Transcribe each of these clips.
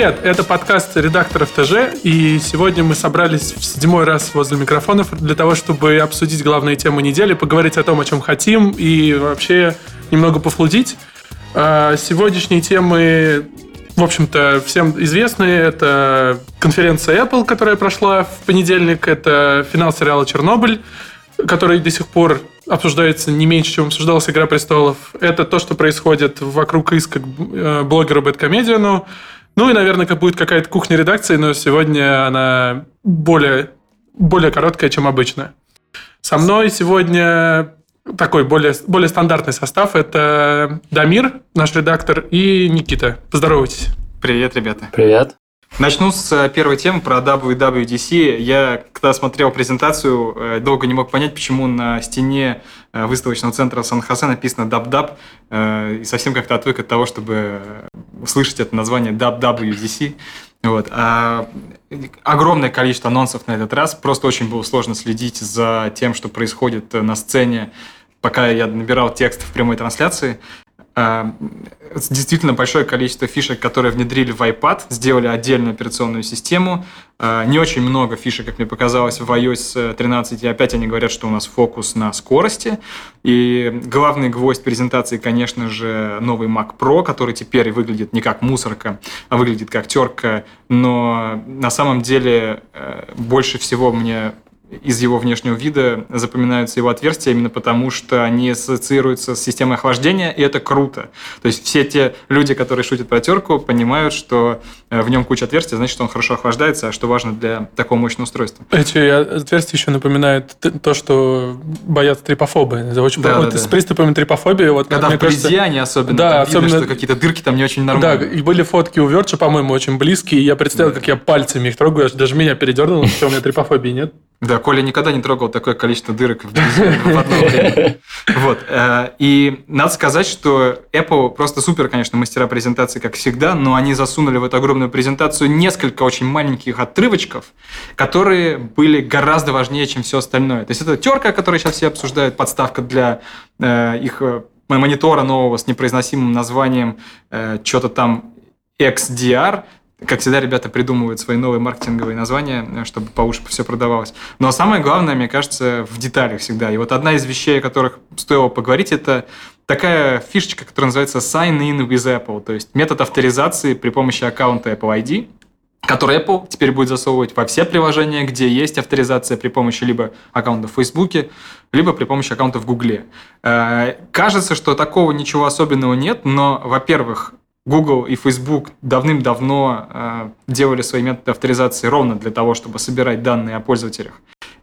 Привет, это подкаст редакторов ТЖ, и сегодня мы собрались в 7-й раз возле микрофонов для того, чтобы обсудить главные темы недели, поговорить о том, о чем хотим, и вообще немного пофлудить. Сегодняшние темы, в общем-то, всем известны. Это конференция Apple, которая прошла в понедельник, это финал сериала «Чернобыль», который до сих пор обсуждается не меньше, чем обсуждалась «Игра престолов». Это то, что происходит вокруг иска к блогеру Бэдкомедиану. Ну и, наверное, будет какая-то кухня редакции, но сегодня она более короткая, чем обычно. Со мной сегодня такой более стандартный состав. Это Дамир, наш редактор, и Никита. Поздоровайтесь. Привет, ребята. Привет. Начну с первой темы про WWDC. Я, когда смотрел презентацию, долго не мог понять, почему на стене выставочного центра Сан-Хосе написано WWDC, и совсем как-то отвык от того, чтобы услышать это название WWDC. Вот. Огромное количество анонсов на этот раз. Просто очень было сложно следить за тем, что происходит на сцене, пока я набирал текст в прямой трансляции. Действительно большое количество фишек, которые внедрили в iPad, сделали отдельную операционную систему. Не очень много фишек, как мне показалось, в iOS 13. И опять они говорят, что у нас фокус на скорости. И главный гвоздь презентации, конечно же, новый Mac Pro, который теперь выглядит не как мусорка, а выглядит как терка. Но на самом деле больше всего мне из его внешнего вида запоминаются его отверстия именно потому, что они ассоциируются с системой охлаждения, и это круто. То есть все те люди, которые шутят про терку, понимают, что в нем куча отверстий, значит, что он хорошо охлаждается, а что важно для такого мощного устройства. Эти отверстия еще напоминают то, что боятся трипофобы. С приступами трипофобии. Вот, когда в вблизи они особенно, видно, что какие-то дырки там не очень нормальные. Да, и были фотки у Верча, по-моему, очень близкие, и я представил, как я пальцами их трогаю, даже меня передернуло, что у меня трипофобии нет. Да, Коля никогда не трогал такое количество дырок в одно время. Вот. И надо сказать, что Apple просто супер, конечно, мастера презентации, как всегда, но они засунули в эту огромную презентацию несколько очень маленьких отрывочков, которые были гораздо важнее, чем все остальное. То есть это терка, которую сейчас все обсуждают, подставка для их монитора нового с непроизносимым названием что-то там XDR. Как всегда, ребята придумывают свои новые маркетинговые названия, чтобы получше все продавалось. Но самое главное, мне кажется, в деталях всегда. И вот одна из вещей, о которых стоило поговорить, это такая фишечка, которая называется Sign in with Apple, то есть метод авторизации при помощи аккаунта Apple ID, который Apple теперь будет засовывать во все приложения, где есть авторизация при помощи либо аккаунта в Фейсбуке, либо при помощи аккаунта в Гугле. Кажется, что такого ничего особенного нет, но, во-первых, Google и Facebook давным-давно делали свои методы авторизации ровно для того, чтобы собирать данные о пользователях,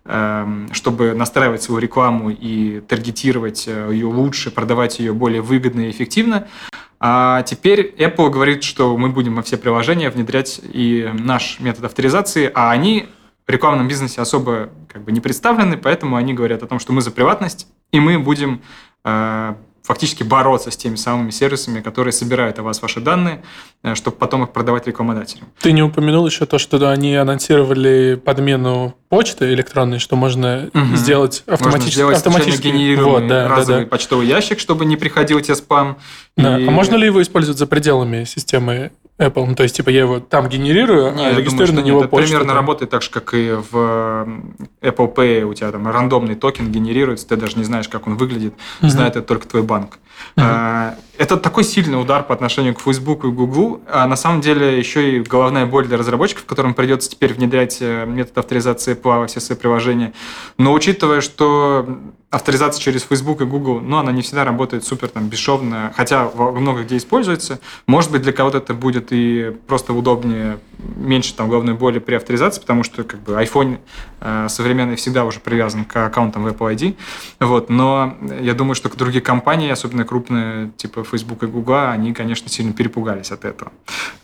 чтобы настраивать свою рекламу и таргетировать ее лучше, продавать ее более выгодно и эффективно. А теперь Apple говорит, что мы будем во все приложения внедрять и наш метод авторизации, а они в рекламном бизнесе особо не представлены, поэтому они говорят о том, что мы за приватность, и мы будем фактически бороться с теми самыми сервисами, которые собирают о вас ваши данные, чтобы потом их продавать рекламодателям. Ты не упомянул еще то, что они анонсировали подмену почты электронной, что можно сделать автоматически генерируемый разовый почтовый ящик, чтобы не приходил тебе спам. Да. А можно ли его использовать за пределами системы Apple? Ну, то есть, я его там генерирую, регистрирую на него почту. Это примерно работает так же, как и в Apple Pay. У тебя там рандомный токен генерируется, ты даже не знаешь, как он выглядит, знает это только твой банк. Это такой сильный удар по отношению к Facebook и Google, а на самом деле еще и головная боль для разработчиков, которым придется теперь внедрять метод авторизации Apple во все свои приложения. Но учитывая, что авторизация через Facebook и Google, она не всегда работает супер бесшовно, хотя много где используется. Может быть, для кого-то это будет и просто удобнее, меньше головной боли при авторизации, потому что iPhone современный всегда уже привязан к аккаунтам в Apple ID. Вот. Но я думаю, что другие компании, особенно крупные, типа Facebook и Google, они, конечно, сильно перепугались от этого.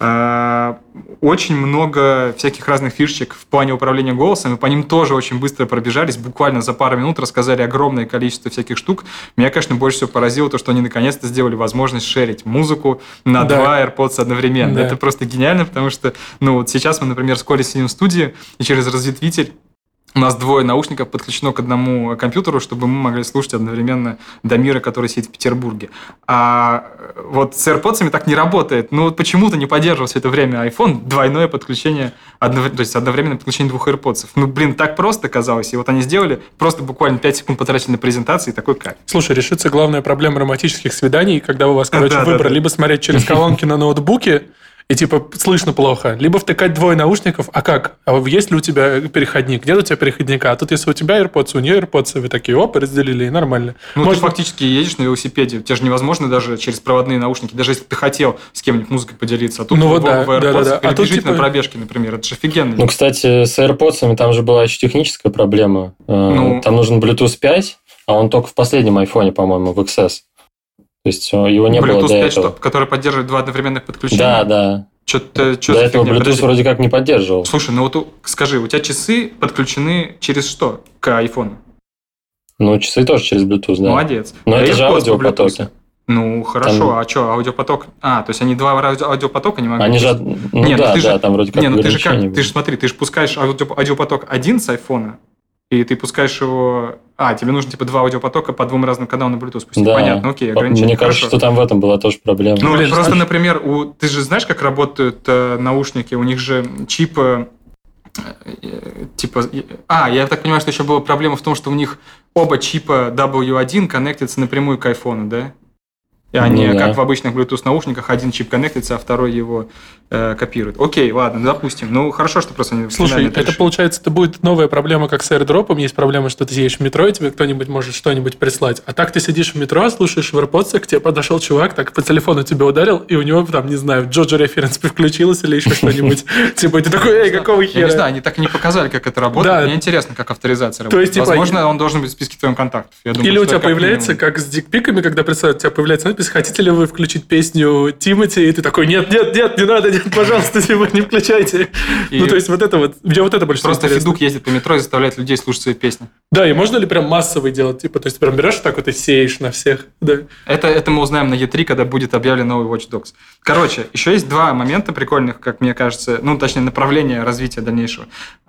Очень много всяких разных фишечек в плане управления голосом, и по ним тоже очень быстро пробежались, буквально за пару минут рассказали огромное количество всяких штук. Меня, конечно, больше всего поразило то, что они наконец-то сделали возможность шерить музыку на два AirPods одновременно. Да. Это просто гениально, потому что сейчас мы, например, с Колей сидим в студии, и через разветвитель у нас 2 наушников подключено к одному компьютеру, чтобы мы могли слушать одновременно Дамира, который сидит в Петербурге. А вот с AirPods так не работает. Ну, вот почему-то не поддерживал все это время iPhone двойное подключение, то есть одновременное подключение 2 AirPods. Ну, блин, так просто казалось. И вот они сделали, просто буквально 5 секунд потратили на презентации, и такой кайф. Слушай, решится главная проблема романтических свиданий, когда у вас, выбор либо смотреть через колонки на ноутбуке, и типа слышно плохо, либо втыкать 2 наушников, а как? А есть ли у тебя переходник? Нет у тебя переходника? А тут если у тебя AirPods, у нее AirPods, вы такие, оп, разделили, и нормально. Ну, ты фактически едешь на велосипеде, тебе же невозможно даже через проводные наушники, даже если бы ты хотел с кем-нибудь музыкой поделиться, а тут в AirPods перебежить на пробежке, например, это же офигенно. Ну, кстати, с AirPods там же была еще техническая проблема. Там нужен Bluetooth 5, а он только в последнем айфоне, по-моему, в XS. То есть его не было до этого. Bluetooth 5, который поддерживает 2 одновременных подключения? Да. Что до этого Bluetooth вроде как не поддерживал. Слушай, ну вот скажи, у тебя часы подключены через что к айфону? Ну, часы тоже через Bluetooth, да. Молодец. Но это же аудиопотоки. Ну, хорошо, там... а что, аудиопоток? То есть они 2 аудиопотока не могут? Они же, там вроде как ограничения. Ты же смотри, ты же пускаешь аудиопоток один с айфона, и ты пускаешь его... тебе нужно типа 2 аудиопотока по 2 разным каналам на Bluetooth спустить. Да. Понятно, окей, ограничения. Мне кажется, что там в этом была тоже проблема. Ну, просто, например, ты же знаешь, как работают наушники? У них же чип... я так понимаю, что еще была проблема в том, что у них оба чипа W1 коннектятся напрямую к айфону, да? И они, как в обычных Bluetooth наушниках, один чип коннектится, а второй его копирует. Окей, ладно, допустим. Ну, хорошо, что просто они... Слушай, это получается, это будет новая проблема, как с AirDrop'ом. Есть проблема, что ты едешь в метро, и тебе кто-нибудь может что-нибудь прислать. А так ты сидишь в метро, слушаешь в AirPods, к тебе подошел чувак, так по телефону тебя ударил, и у него там, не знаю, Джоджо референс включилась или еще что-нибудь. Типа, ты такой, какого хера? Я не знаю, они так и не показали, как это работает. Мне интересно, как авторизация работает. Возможно, он должен быть в списке твоих контактов. Или у тебя появляется, как с дикпиками, когда присылают, у тебя появляется надпись: хотите ли вы включить песню Тимати? И ты такой, нет, не надо, нет, пожалуйста, не включайте. Ну, то есть, вот это вот, мне вот это больше просто интересно. Федук ездит по метро и заставляет людей слушать свои песни. Да, и можно ли прям массовый делать? Типа, то есть, прям берешь так вот и сеешь на всех? Да. Это мы узнаем на E3, когда будет объявлен новый Watch Dogs. Короче, еще есть 2 момента прикольных, как мне кажется, точнее, направления развития дальнейшего.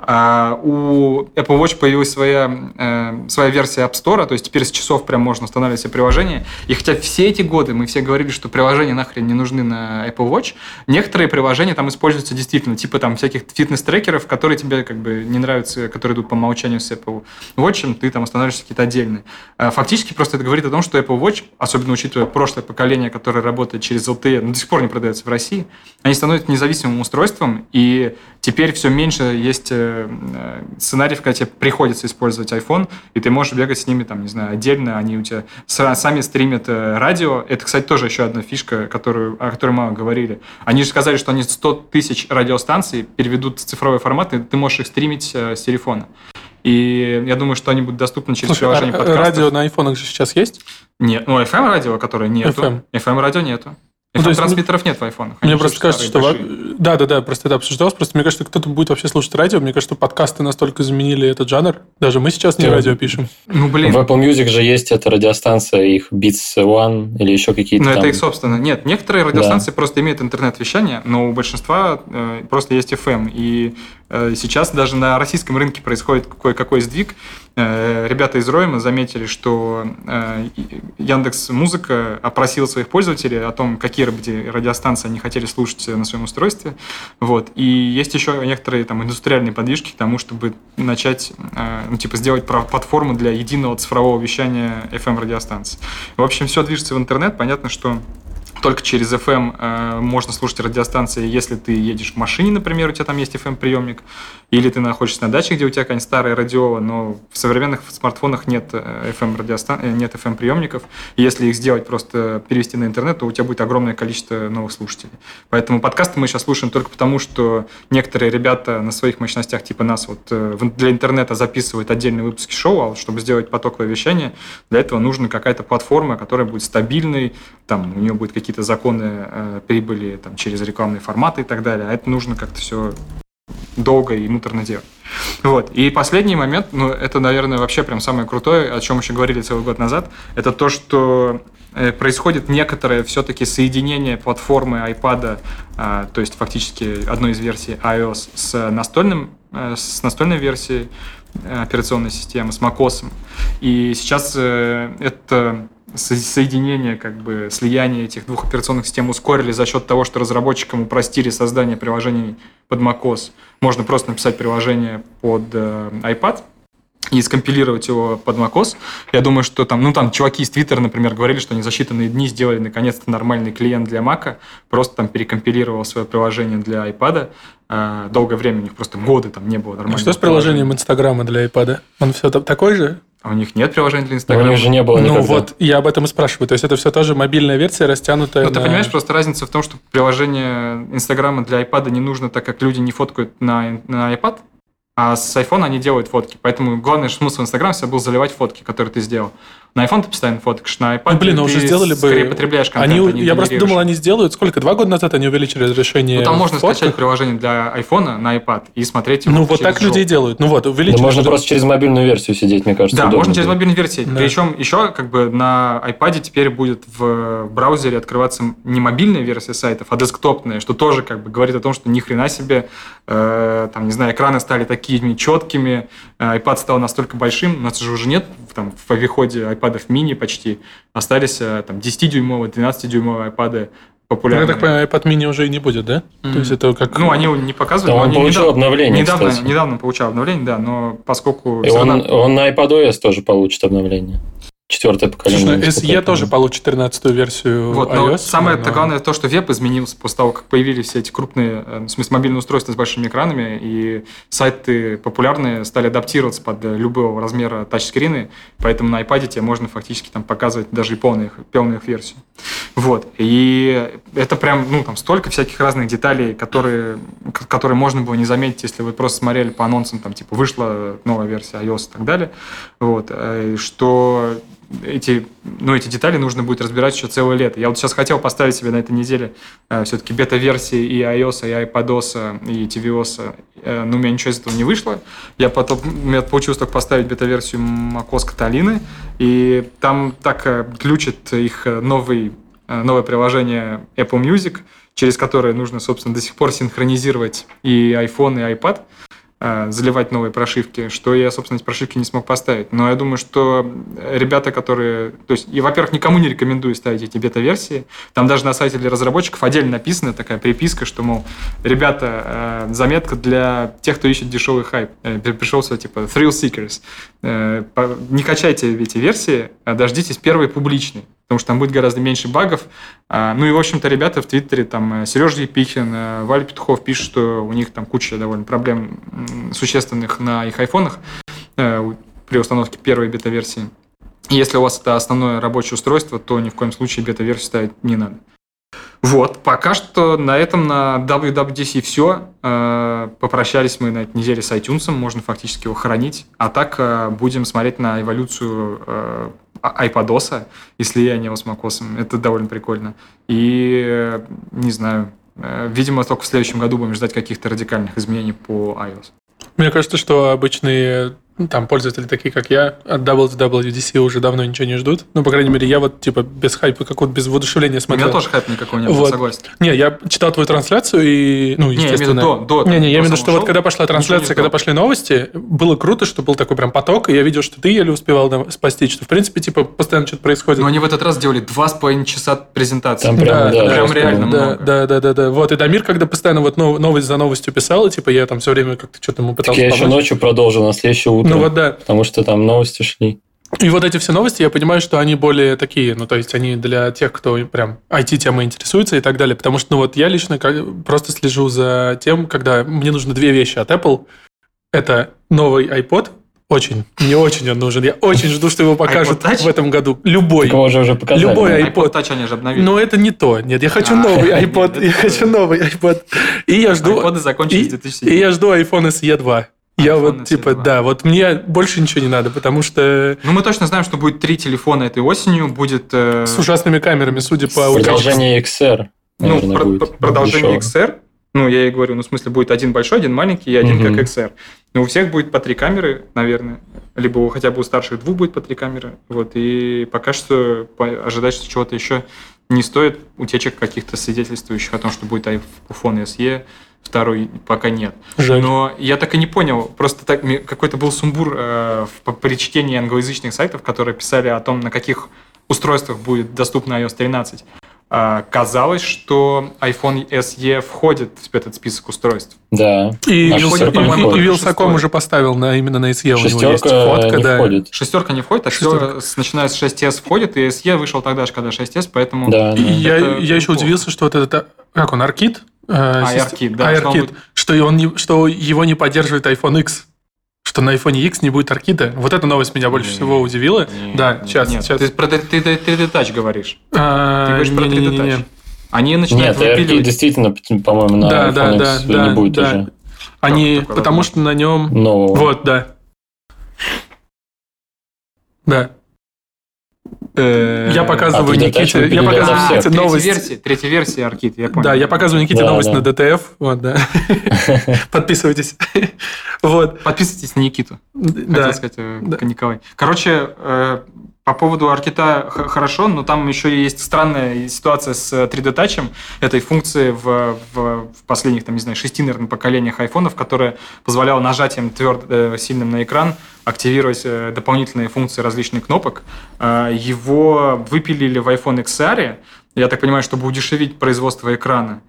У Apple Watch появилась своя версия App Store, то есть, теперь с часов прям можно устанавливать себе приложение. И хотя все эти годы мы все говорили, что приложения нахрен не нужны на Apple Watch, некоторые приложения там используются действительно, типа там всяких фитнес-трекеров, которые тебе как бы не нравятся, которые идут по умолчанию с Apple Watch, ты там устанавливаешь какие-то отдельные. Фактически просто это говорит о том, что Apple Watch, особенно учитывая прошлое поколение, которое работает через LTE, до сих пор не продается в России, они становятся независимым устройством, и теперь все меньше есть сценариев, когда тебе приходится использовать iPhone, и ты можешь бегать с ними, там, не знаю, отдельно, они у тебя сами стримят радио. Это, кстати, тоже еще одна фишка, о которой мы говорили. Они же сказали, что они 100 тысяч радиостанций переведут в цифровой формат, и ты можешь их стримить с телефона. И я думаю, что они будут доступны через приложение подкастов. Радио на айфонах же сейчас есть? Нет, FM-радио, которое нету. FM-радио нету. FM-трансмиттеров нет в айфонах. Мне просто кажется, что... Да, просто это обсуждалось. Просто мне кажется, кто-то будет вообще слушать радио. Мне кажется, что подкасты настолько заменили этот жанр. Даже мы сейчас не радио пишем. В Apple Music же есть эта радиостанция, их Beats One или еще какие-то там. Это их собственно. Нет, некоторые радиостанции просто имеют интернет-вещание, но у большинства просто есть FM. И сейчас даже на российском рынке происходит кое-какой сдвиг. Ребята из Ройма заметили, что Яндекс.Музыка опросила своих пользователей о том, какие радиостанции они хотели слушать на своем устройстве. Вот. И есть еще некоторые там индустриальные подвижки к тому, чтобы начать, сделать платформу для единого цифрового вещания FM-радиостанций. В общем, все движется в интернет. Понятно, что только через FM можно слушать радиостанции, если ты едешь в машине, например, у тебя там есть FM-приемник, или ты находишься на даче, где у тебя какая-нибудь старая радио, но в современных смартфонах нет FM-приемников, и если их сделать, просто перевести на интернет, то у тебя будет огромное количество новых слушателей. Поэтому подкасты мы сейчас слушаем только потому, что некоторые ребята на своих мощностях типа нас для интернета записывают отдельные выпуски шоу, а чтобы сделать потоковое вещание, для этого нужна какая-то платформа, которая будет стабильной, там у нее будут какие-то законы прибыли там, через рекламные форматы и так далее. А это нужно как-то все долго и муторно делать. Вот. И последний момент, это, наверное, вообще прям самое крутое, о чем еще говорили целый год назад, это то, что происходит некоторое все-таки соединение платформы iPad, то есть фактически одной из версий iOS с настольной версией. операционной системы, с macOS. И сейчас это соединение, как бы слияние этих двух операционных систем ускорили за счет того, что разработчикам упростили создание приложений под macOS. Можно просто написать приложение под iPad и скомпилировать его под macOS. Я думаю, что там чуваки из Twitter, например, говорили, что они за считанные дни сделали наконец-то нормальный клиент для Mac, просто там перекомпилировал свое приложение для iPad. Долгое время, у них просто годы там не было нормального. Что с приложением Инстаграма для iPad? Он все такой же? А у них нет приложения для Инстаграма. У них же не было никогда. Ну вот, я об этом и спрашиваю. То есть это все тоже мобильная версия, растянутая ты понимаешь, просто разница в том, что приложение Инстаграма для iPad не нужно, так как люди не фоткают на iPad, а с iPhone они делают фотки. Поэтому главный смысл Инстаграма всегда был заливать фотки, которые ты сделал. На iPhone ты постоянно фоткаешь, на iPad ты уже сделали скорее бы... потребляешь контент, Я просто думал, они сделают... Сколько? 2 года назад они увеличили разрешение. Там можно скачать приложение для iPhone на iPad и смотреть его вот так люди и делают. увеличили. Да можно просто через мобильную версию сидеть, мне кажется. Да, можно через мобильную версию. Да. Причем еще на iPad теперь будет в браузере открываться не мобильная версия сайтов, а десктопная, что тоже говорит о том, что ни хрена себе, экраны стали такими четкими, iPad стал настолько большим, у нас же уже нет в обиходе iPad'ов мини почти, остались 10-дюймовые, 12-дюймовые iPad'ы популярные. Я так понимаю, iPad mini уже и не будет, да? То есть это как... они его не показывают. Да, он получил обновление, недавно получал обновление, да, но поскольку... И он на iPadOS тоже получит обновление. 4-е поколение. SE тоже получит 13-ю версию iOS. Самое главное то, что веб изменился после того, как появились все эти крупные, в смысле, мобильные устройства с большими экранами, и сайты популярные стали адаптироваться под любого размера тачскрины, поэтому на iPad тебе можно фактически показывать даже и полную их версию. И это прям, столько всяких разных деталей, которые можно было не заметить, если вы просто смотрели по анонсам, вышла новая версия iOS и так далее, что эти детали нужно будет разбирать еще целое лето. Я сейчас хотел поставить себе на этой неделе все-таки бета-версии и iOS, и iPadOS, и tvOS, но у меня ничего из этого не вышло. У меня получилось только поставить бета-версию macOS Catalina, и там так глючит их новое приложение Apple Music, через которое нужно, собственно, до сих пор синхронизировать и iPhone, и iPad, заливать новые прошивки, что я, собственно, эти прошивки не смог поставить. Но я думаю, что ребята, которые... То есть, во-первых, никому не рекомендую ставить эти бета-версии. Там даже на сайте для разработчиков отдельно написана такая приписка, что, мол, ребята, заметка для тех, кто ищет дешевый хайп. Пришел сюда, thrill seekers. Не качайте эти версии, а дождитесь первой публичной, потому что там будет гораздо меньше багов. И, в общем-то, ребята в Твиттере, Сережа Епихин, Валя Петухов пишут, что у них там куча довольно проблем существенных на их айфонах при установке первой бета-версии. И если у вас это основное рабочее устройство, то ни в коем случае бета-версию ставить не надо. Пока что на этом на WWDC все. Попрощались мы на этой неделе с iTunes, можно фактически его хоронить. А так будем смотреть на эволюцию iPadOS и слияние его с macOS. Это довольно прикольно. И, не знаю, видимо, только в следующем году будем ждать каких-то радикальных изменений по iOS. Мне кажется, что обычные пользователи, такие как я, от WWDC уже давно ничего не ждут. По крайней мере, я без хайпа, без воодушевления смотрел. У меня тоже хайпа никакого не было, согласен. Не, я читал твою трансляцию и, естественно... Я имею в виду, что когда пошла трансляция, когда пошли новости, было круто, что был такой прям поток, и я видел, что ты еле успевал спасти, что, в принципе, постоянно что-то происходит. Но они в этот раз делали 2,5 часа презентации. Там прям реально много. Да. И Дамир, когда постоянно новость за новостью писал, и я там все время как-то что-то ему пытался помочь. Я еще ночью продолжил, на следующее утро. Да. Потому что там новости шли. И эти все новости, я понимаю, что они более такие, то есть они для тех, кто прям IT-темой интересуется и так далее. Потому что я лично просто слежу за тем, когда мне нужны 2 вещи от Apple. Это новый iPod. Мне очень он нужен. Я очень жду, что его покажут в этом году. Любой. Его же уже показали. Любой iPod Touch они же обновили. Но это не то. Нет, я хочу новый iPod. Я хочу новый iPod. И я жду... iPod закончились в 2007. И я жду iPhone SE 2. Я мне больше ничего не надо, потому что... Мы точно знаем, что будет 3 телефона этой осенью, будет... С ужасными камерами, судя по... Продолжение XR, наверное, будет. Продолжение XR. Я ей говорю, в смысле, будет один большой, один маленький и один как XR. У всех будет по 3 камеры, наверное. Либо хотя бы у старших 2 будет по 3 камеры. И пока что ожидать, что чего-то еще не стоит утечек каких-то свидетельствующих о том, что будет iPhone SE, второй пока нет. Жаль. Но я так и не понял, просто так, какой-то был сумбур при чтении англоязычных сайтов, которые писали о том, на каких устройствах будет доступна iOS 13. Казалось, что iPhone SE входит в этот список устройств. Да. И Вилсаком уже поставил именно на SE. У него есть фотка. Не входит. Шестерка не входит, а все, начиная с 6S входит, и SE вышел тогда же, когда 6S, поэтому... Да, я еще удивился, что вот это... Как он, ARKit? ARKit, да. ARKit, что его не поддерживает iPhone X. Что на iPhone X не будет ARKit. Вот эта новость меня больше всего удивила. Да, сейчас. Ты про 3D Touch говоришь. Ты говоришь про 3D Не-не-не. Touch. Они начинают выпиливать... ARKit действительно, по-моему, на iPhone X не будет уже. Они, потому что на нем... Нового. Вот, да. Да. Я показываю Никите новость. Третья версия ARKit, я понял. Да, я показываю Никите новость на DTF. Вот, да. Подписывайтесь. Вот. Подписывайтесь на Никиту. Хотел сказать, Николай. Короче, по поводу ARKit хорошо, но там еще есть странная ситуация с 3D Touch, этой функции в последних, там, не знаю, 6, наверное, поколениях айфонов, которая позволяла нажатием сильным на экран активировать дополнительные функции различных кнопок. Его выпилили в iPhone XR, я так понимаю, чтобы удешевить производство экрана.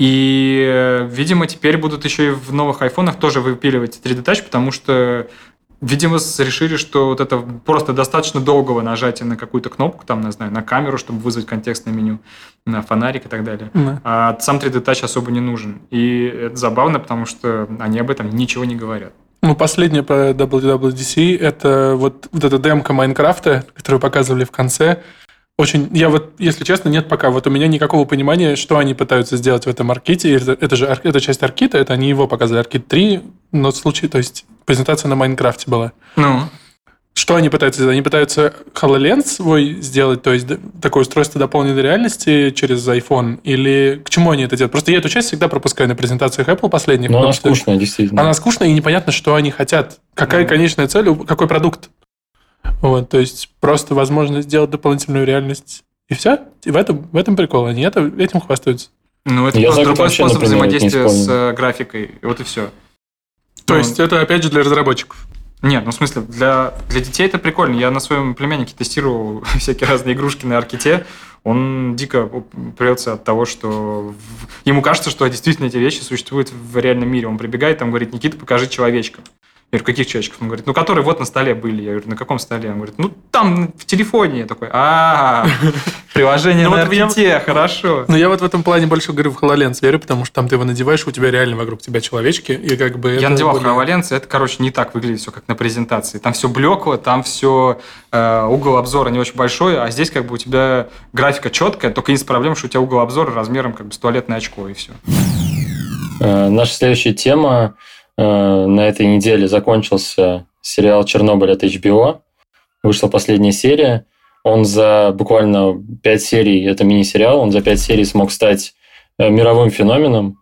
И, видимо, теперь будут еще и в новых айфонах тоже выпиливать 3D Touch, потому что, видимо, решили, что вот это просто достаточно долгого нажатия на какую-то кнопку, там, не знаю, на камеру, чтобы вызвать контекстное меню, на фонарик и так далее. А сам 3D Touch особо не нужен. И это забавно, потому что они об этом ничего не говорят. Ну, последнее по WWDC – это вот эта демка Майнкрафта, которую показывали в конце. Я вот, если честно, нет пока. Вот у меня никакого понимания, что они пытаются сделать в этом ARKit. Это часть ARKit, это они его показывали, ARKit 3, но в случае, то есть презентация на Майнкрафте была. Ну? Что они пытаются сделать? Они пытаются HoloLens свой сделать, то есть такое устройство дополненной реальности через iPhone? Или к чему они это делают? Просто я эту часть всегда пропускаю на презентациях Apple последних. Но она скучная, действительно. Она скучная, и непонятно, что они хотят. Какая конечная цель, какой продукт. Вот, то есть просто возможность сделать дополнительную реальность. И все. И в этом прикол. Они этим хвастаются. Ну, это просто другой способ взаимодействия с графикой. Вот и все. То есть это, опять же, для разработчиков. Нет, ну в смысле, для детей это прикольно. Я на своем племяннике тестировал всякие разные игрушки на ARKit. Он дико прется от того, что ему кажется, что действительно эти вещи существуют в реальном мире. Он прибегает, там говорит: Никита, покажи человечка. Я говорю: каких человечков? Он говорит: ну, которые вот на столе были. Я говорю: на каком столе? Он говорит: ну, там, в телефоне. Я такой: приложение на ARKit, хорошо. Ну, я вот в этом плане больше говорю в HoloLens верю, потому что там ты его надеваешь, у тебя реально вокруг тебя человечки, и как бы... Я надевал HoloLens, и это, короче, не так выглядит все, как на презентации. Там все блекло, там все угол обзора не очень большой, а здесь как бы у тебя графика четкая, только есть проблема, что у тебя угол обзора размером как бы с туалетное очко, и все. Наша следующая тема. На этой неделе закончился сериал «Чернобыль» от HBO. Вышла последняя серия. Он за буквально 5 серий, это мини-сериал, он за 5 серий смог стать мировым феноменом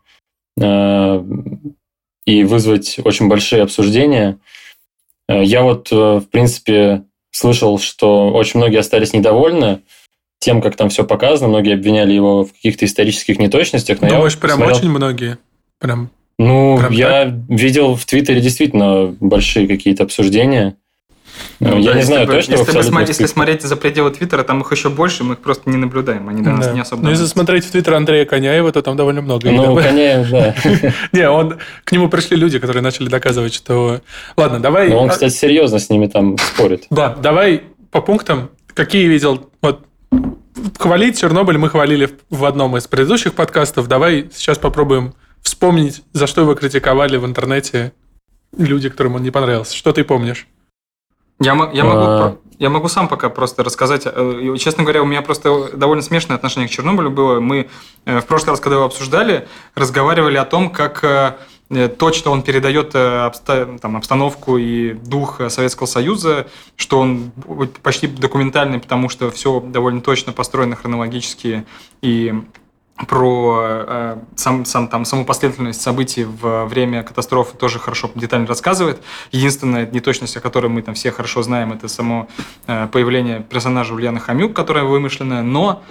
и вызвать очень большие обсуждения. Я вот, в принципе, слышал, что очень многие остались недовольны тем, как там все показано. Многие обвиняли его в каких-то исторических неточностях. Но думаешь, прям очень многие? Прям... Ну, я видел в Твиттере действительно большие какие-то обсуждения. Ну, я не знаю точно. Если смотреть за пределы Твиттера, там их еще больше, мы их просто не наблюдаем. Они для нас не особо... Ну, если смотреть в Твиттер Андрея Коняева, то там довольно много. Ну, Коняев, да. Не, к нему пришли люди, которые начали доказывать, что... Ладно, давай... Он, кстати, серьезно с ними там спорит. Да, давай по пунктам. Какие видел... Вот хвалить Чернобыль мы хвалили в одном из предыдущих подкастов. Давай сейчас попробуем вспомнить, за что его критиковали в интернете люди, которым он не понравился. Что ты помнишь? Я могу сам пока просто рассказать. Честно говоря, у меня просто довольно смешное отношение к Чернобылю было. Мы в прошлый раз, когда его обсуждали, разговаривали о том, как точно он передает обстановку и дух Советского Союза, что он почти документальный, потому что все довольно точно построено хронологически и про саму последовательность событий во время катастрофы тоже хорошо, детально рассказывает. Единственная неточность, о которой мы там все хорошо знаем, это само появление персонажа Ульяны Хомюк, которая вымышленная, но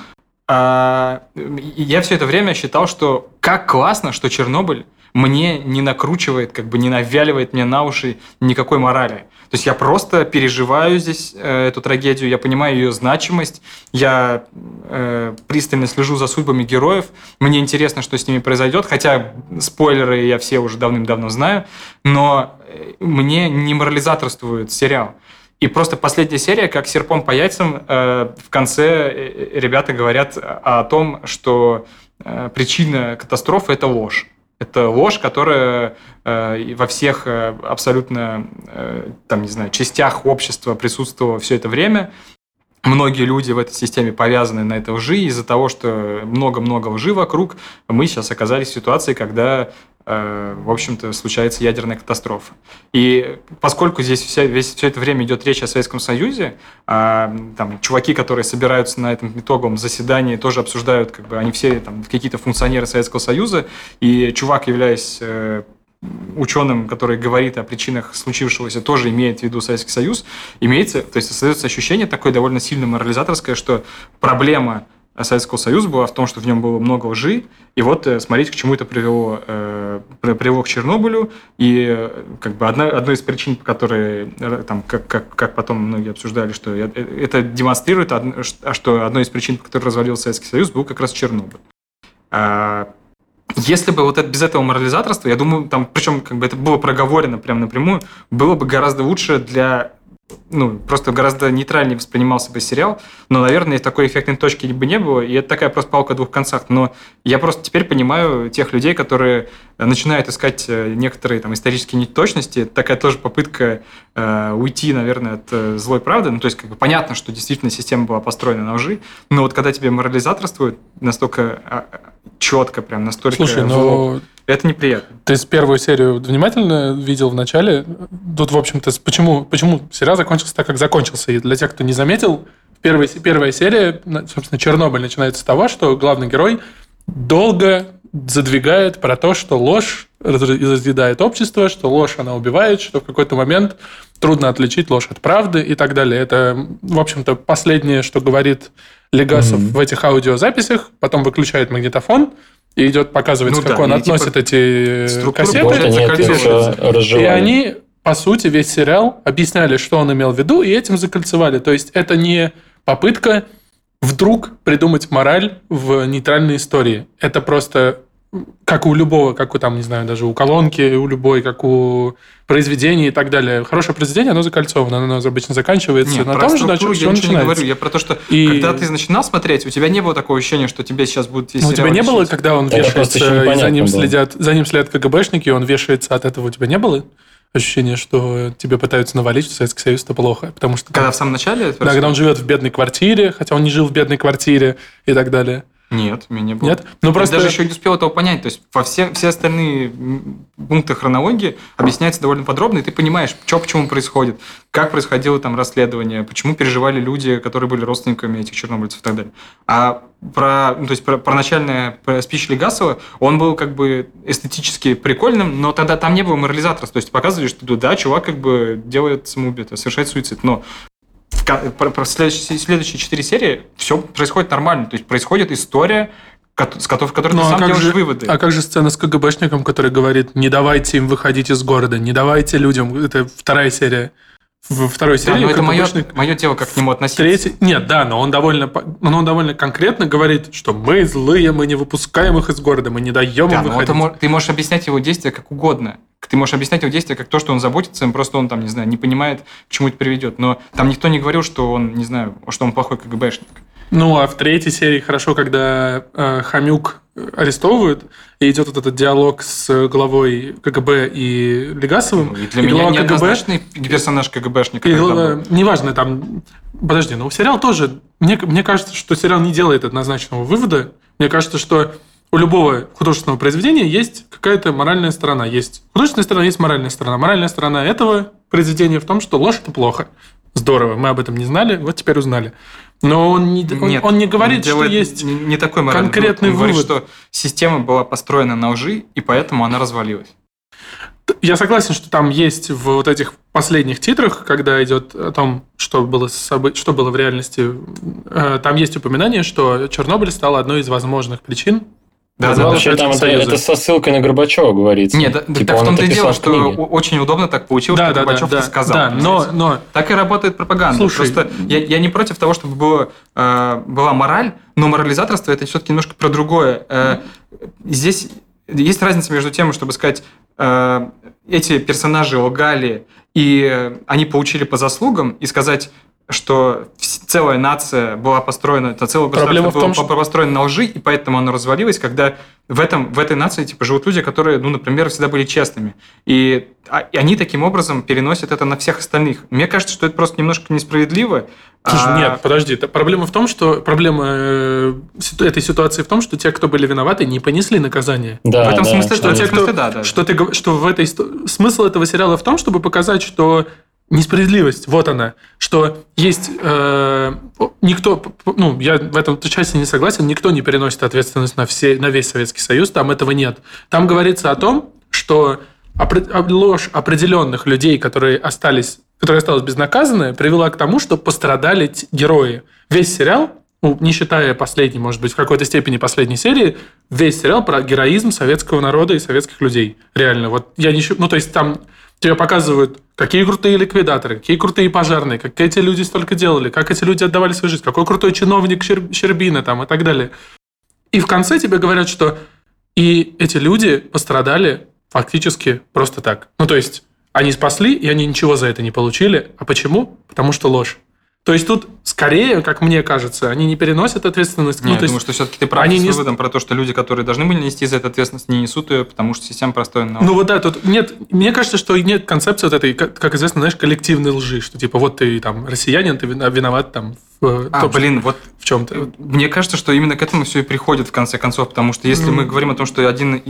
я все это время считал, что как классно, что Чернобыль мне не накручивает, как бы не навяливает мне на уши никакой морали. То есть я просто переживаю здесь эту трагедию, я понимаю ее значимость, я пристально слежу за судьбами героев, мне интересно, что с ними произойдет, хотя спойлеры я все уже давным-давно знаю, но мне не морализаторствует сериал. И просто последняя серия, как серпом по яйцам, в конце ребята говорят о том, что причина катастрофы – это ложь. Это ложь, которая во всех абсолютно, там, не знаю, частях общества присутствовала все это время. Многие люди в этой системе повязаны на этой лжи. Из-за того, что много-много лжи вокруг, мы сейчас оказались в ситуации, когда, в общем-то, случается ядерная катастрофа. И поскольку здесь все это время идет речь о Советском Союзе, там, чуваки, которые собираются на этом итоговом заседании, тоже обсуждают, как бы, они все там, какие-то функционеры Советского Союза, и чувак, являясь ученым, который говорит о причинах случившегося, тоже имеет в виду Советский Союз, имеется, то есть создается ощущение такое довольно сильно морализаторское, что проблема Советского Союза была в том, что в нем было много лжи, и вот смотрите, к чему это привело к Чернобылю, и как бы одной из причин, по которой, там, как потом многие обсуждали, что это демонстрирует, что одной из причин, по которой развалился Советский Союз, был как раз Чернобыль. Если бы вот это, без этого морализаторства, я думаю, там, причем как бы это было проговорено прямо напрямую, было бы гораздо лучше для... просто гораздо нейтральнее воспринимался бы сериал, но, наверное, такой эффектной точки бы не было, и это такая просто палка о двух концах. Но я просто теперь понимаю тех людей, которые начинают искать некоторые там исторические неточности. Это такая тоже попытка уйти, наверное, от злой правды. То есть, как бы понятно, что действительно система была построена на лжи, но вот когда тебе морализаторствуют настолько четко, прям настолько... Слушай, но... Это неприятно. Ты первую серию внимательно видел в начале? Тут, в общем-то, почему сериал закончился так, как закончился? И для тех, кто не заметил, первая серия, собственно, Чернобыль начинается с того, что главный герой долго задвигает про то, что ложь разъедает общество, что ложь, она убивает, что в какой-то момент трудно отличить ложь от правды и так далее. Это, в общем-то, последнее, что говорит Легасов в этих аудиозаписях, потом выключает магнитофон, и идет показывать, как он относит эти кассеты. И они, по сути, весь сериал объясняли, что он имел в виду, и этим закольцевали. То есть это не попытка вдруг придумать мораль в нейтральной истории. Это просто как у любого, как у, там, не знаю, даже у колонки, у любой, как у произведения и так далее. Хорошее произведение, оно закольцовано, оно обычно заканчивается на том же, на чем я начинается. Не говорю. Я про то, что когда ты начинал смотреть, у тебя не было такого ощущения, что тебе сейчас будут весь сериал. У тебя не было, когда он вешается, и за ним следят КГБшники, и он вешается от этого, у тебя не было ощущение, что тебе пытаются навалить, что Советский Союз – это плохо? Потому что когда в самом начале? Да, когда он живет в бедной квартире, хотя он не жил в бедной квартире и так далее. Нет, у меня не было. Нет? Ну, просто... Я даже еще не успел этого понять. То есть, все остальные пункты хронологии объясняются довольно подробно, и ты понимаешь, что почему происходит, как происходило там расследование, почему переживали люди, которые были родственниками этих чернобыльцев и так далее. А про начальный спич Легасова, он был как бы эстетически прикольным, но тогда там не было морализаторства. То есть, показывали, что да, чувак как бы делает самоубийство, совершает суицид, но про следующие 4 серии все происходит нормально. То есть происходит история, в которой ты сам делаешь выводы. А как же сцена с КГБшником, который говорит, не давайте им выходить из города, не давайте людям... Это вторая серия. Во второй серии... Да, но это мое дело, как к нему относиться. Нет, да, но он довольно конкретно говорит, что мы злые, мы не выпускаем их из города, мы не даем им выходить. Ты можешь объяснять его действия как угодно. Ты можешь объяснять его действия как то, что он заботится им, просто он там, не знаю, не понимает, к чему это приведет. Но там никто не говорил, что он, не знаю, что он плохой КГБшник. Ну, а в третьей серии хорошо, когда Хомюк арестовывают, и идет вот этот диалог с главой КГБ и Легасовым. И для меня неоднозначный персонаж КГБшника. Неважно, там... Подожди, но сериал тоже... Мне кажется, что сериал не делает однозначного вывода. Мне кажется, что у любого художественного произведения есть какая-то моральная сторона. Есть художественная сторона, есть моральная сторона. Моральная сторона этого произведения в том, что ложь – это плохо. Здорово, мы об этом не знали, вот теперь узнали. Но он не говорит, что есть не такой конкретный вывод. Он говорит, что система была построена на лжи, и поэтому она развалилась. Я согласен, что там есть в вот этих последних титрах, когда идет о том, что было в реальности, там есть упоминание, что Чернобыль стал одной из возможных причин. Да, вообще там это со ссылкой на Горбачева говорится. Нет, так в том-то и дело, что очень удобно так получилось, что Горбачев это сказал. Да, но... Так и работает пропаганда. Слушай, просто я не против того, чтобы была мораль, но морализаторство это все-таки немножко про другое. Здесь есть разница между тем, чтобы сказать, эти персонажи лгали, и они получили по заслугам, и сказать, что целая нация была построена, целое государство было построено на лжи, и поэтому оно развалилось, когда в этой нации живут люди, которые, например, всегда были честными. И они таким образом переносят это на всех остальных. Мне кажется, что это просто немножко несправедливо. Слушай, нет, подожди. Проблема этой ситуации в том, что те, кто были виноваты, не понесли наказание. Да, в этом смысле, смысл этого сериала в том, чтобы показать, что несправедливость, вот она, что есть никто, я в этом части не согласен, никто не переносит ответственность на весь Советский Союз, там этого нет. Там говорится о том, что ложь определенных людей, которые осталась безнаказанной, привела к тому, что пострадали герои. Весь сериал, не считая последней, может быть, в какой-то степени последней серии, весь сериал про героизм советского народа и советских людей. Реально. Вот я не... то есть там тебе показывают, какие крутые ликвидаторы, какие крутые пожарные, как эти люди столько делали, как эти люди отдавали свою жизнь, какой крутой чиновник Щербина там и так далее. И в конце тебе говорят, что и эти люди пострадали фактически просто так. То есть они спасли, и они ничего за это не получили. А почему? Потому что ложь. То есть тут скорее, как мне кажется, они не переносят ответственность. Нет, я думаю, что все-таки ты прав с выводом про то, что люди, которые должны были нести за это ответственность, не несут ее, потому что система построена на... тут нет... Мне кажется, что нет концепции вот этой, как известно, коллективной лжи, что типа вот ты там россиянин, ты виноват там в чем-то. Мне кажется, что именно к этому все и приходит в конце концов, потому что если мы говорим о том, что одной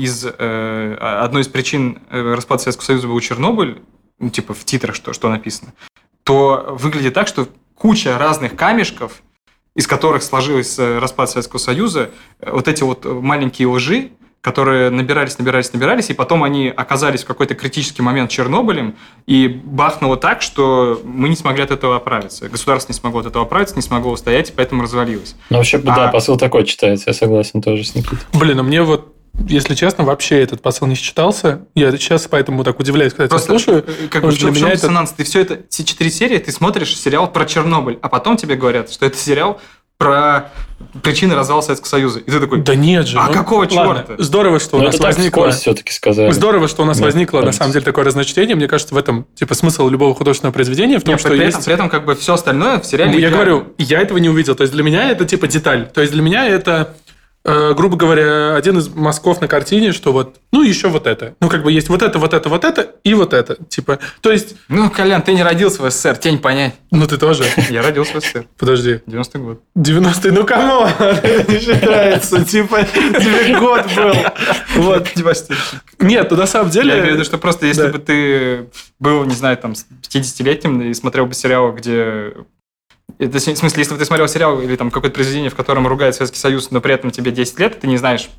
из причин распада Советского Союза был Чернобыль, в титрах что написано, то выглядит так, что куча разных камешков, из которых сложился распад Советского Союза, вот эти вот маленькие лжи, которые набирались, и потом они оказались в какой-то критический момент Чернобылем, и бахнуло так, что мы не смогли от этого оправиться. Государство не смогло от этого оправиться, не смогло устоять, и поэтому развалилось. Вообще, посыл такой читается, я согласен тоже с Никитой. Мне если честно, вообще этот посыл не считался. Я сейчас поэтому так удивляюсь, когда тебя слушаю. В чем диссонанс? Ты все это, все 4 серии, ты смотришь сериал про Чернобыль, а потом тебе говорят, что это сериал про причины развала Советского Союза. И ты такой, да нет же. Какого черта? Здорово, что у нас возникло... все-таки сказали. Здорово, что у нас возникло, на самом деле, такое разночтение. Мне кажется, в этом смысл любого художественного произведения в том, что есть... При этом все остальное в сериале... Я говорю, я этого не увидел. То есть для меня это деталь. То есть для меня это... грубо говоря, один из мазков на картине, что еще вот это. Есть вот это и вот это. То есть... Колян, ты не родился в СССР, тень понять. Ты тоже. Я родился в СССР. Подожди. 90-й год. 90-й, камон, это не считается. Тебе год был. Вот. Нет, на самом деле... Я имею в виду, что просто если бы ты был, не знаю, 50-летним и смотрел бы сериал, где... Это, в смысле, если бы ты смотрел сериал или какое-то произведение, в котором ругает Советский Союз, но при этом тебе 10 лет, ты не знаешь,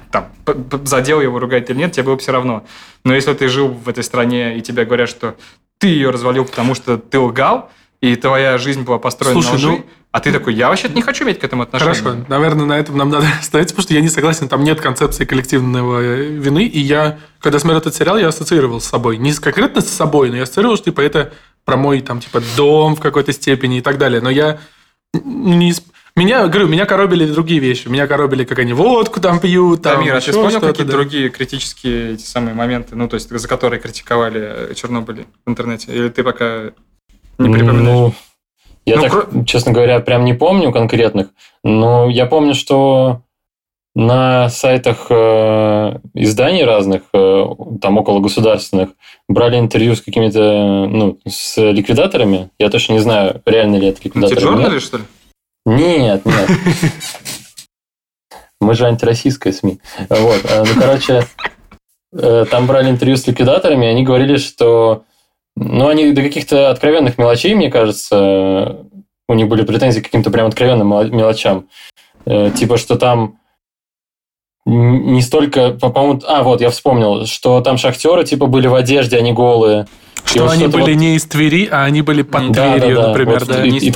задел его ругает или нет, тебе было бы все равно. Но если ты жил в этой стране, и тебе говорят, что ты ее развалил, потому что ты лгал, и твоя жизнь была построена на лжи, а ты такой, я вообще не хочу иметь к этому отношения. Хорошо, наверное, на этом нам надо остановиться, потому что я не согласен, там нет концепции коллективной вины, и я, когда смотрел этот сериал, я ассоциировал с собой. Не конкретно с собой, но я ассоциировал, что это про мой дом в какой-то степени и так далее. Но я не... Меня коробили другие вещи. Меня коробили, как они водку пьют. Дамир, а ты вспомнил какие-то другие критические эти самые моменты, то есть за которые критиковали Чернобыль в интернете? Или ты пока не припоминаешь? Я честно говоря, прям не помню конкретных, но я помню, что на сайтах изданий разных, около государственных, брали интервью с какими-то, с ликвидаторами. Я точно не знаю, реально ли это ликвидаторы. Антижурнали, что ли? Нет. Мы же антироссийская СМИ. Там брали интервью с ликвидаторами, и они говорили, что... они до каких-то откровенных мелочей, мне кажется, у них были претензии к каким-то прям откровенным мелочам. Что там не столько, по-моему... вот, я вспомнил, что там шахтеры, типа, были в одежде, они голые. Что они были не из Твери, а они были под Тверью, например, вот, да. Не из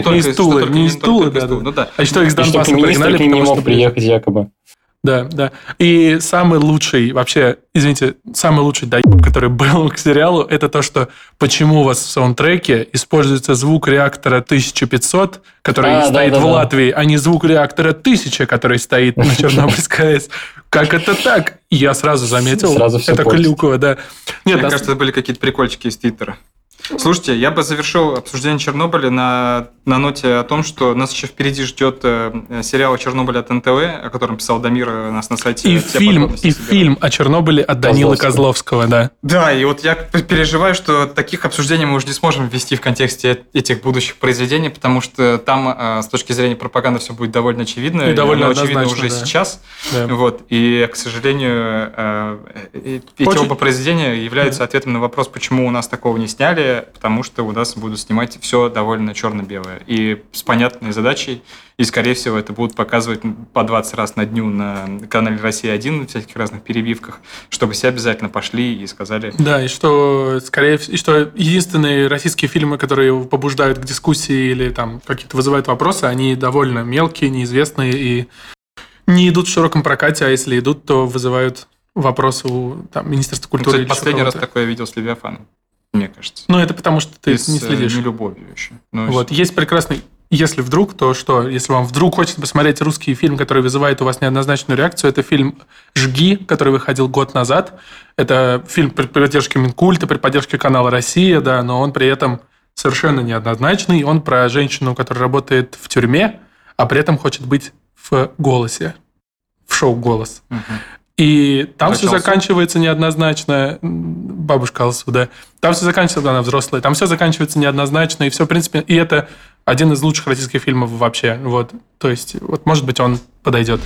Стулы, да. А что их с Донбасса пригнали, потому что не мог приехать якобы. Да. И самый лучший, вообще, извините, самый лучший доеб, который был к сериалу, это то, что почему у вас в саундтреке используется звук реактора 1500, который стоит в Латвии, а не звук реактора 1000, который стоит на Чернобыльской АЭС. Как это так? Я сразу заметил. Это Клюкова, да. Мне кажется, это были какие-то прикольчики из Твиттера. Слушайте, я бы завершил обсуждение Чернобыля на ноте о том, что нас еще впереди ждет сериал «Чернобыль» от НТВ, о котором писал Дамир у нас на сайте. И фильм о Чернобыле от Данилы Козловского, да. Да, и вот я переживаю, что таких обсуждений мы уже не сможем ввести в контексте этих будущих произведений, потому что там с точки зрения пропаганды все будет довольно очевидно. И довольно очевидно уже сейчас. Да. Вот. И, к сожалению, эти оба произведения являются ответом на вопрос, почему у нас такого не сняли, потому что у нас будут снимать все довольно черно-белое. И с понятной задачей, и, скорее всего, это будут показывать по 20 раз на дню на канале «Россия-1» в всяких разных перебивках, чтобы все обязательно пошли и сказали... Да, и что, скорее всего, что единственные российские фильмы, которые побуждают к дискуссии или там какие-то вызывают вопросы, они довольно мелкие, неизвестные и не идут в широком прокате, а если идут, то вызывают вопросы у Министерства культуры. Кстати, последний раз такое я видел с «Левиафаном». Мне кажется. Ну, это потому, что ты не следишь. Нелюбовью еще. Вот. Есть прекрасный... Если вдруг, то что? Если вам вдруг хочется посмотреть русский фильм, который вызывает у вас неоднозначную реакцию, это фильм «Жги», который выходил год назад. Это фильм при поддержке Минкульта, при поддержке канала «Россия», да, но он при этом совершенно неоднозначный. Он про женщину, которая работает в тюрьме, а при этом хочет быть в «Голосе», в шоу «Голос». Угу. И там все заканчивается неоднозначно. Бабушка Алсу, да. Там все заканчивается, она взрослая. Там все заканчивается неоднозначно. И все, в принципе... И это один из лучших российских фильмов вообще. Вот. То есть, вот, может быть, он подойдет.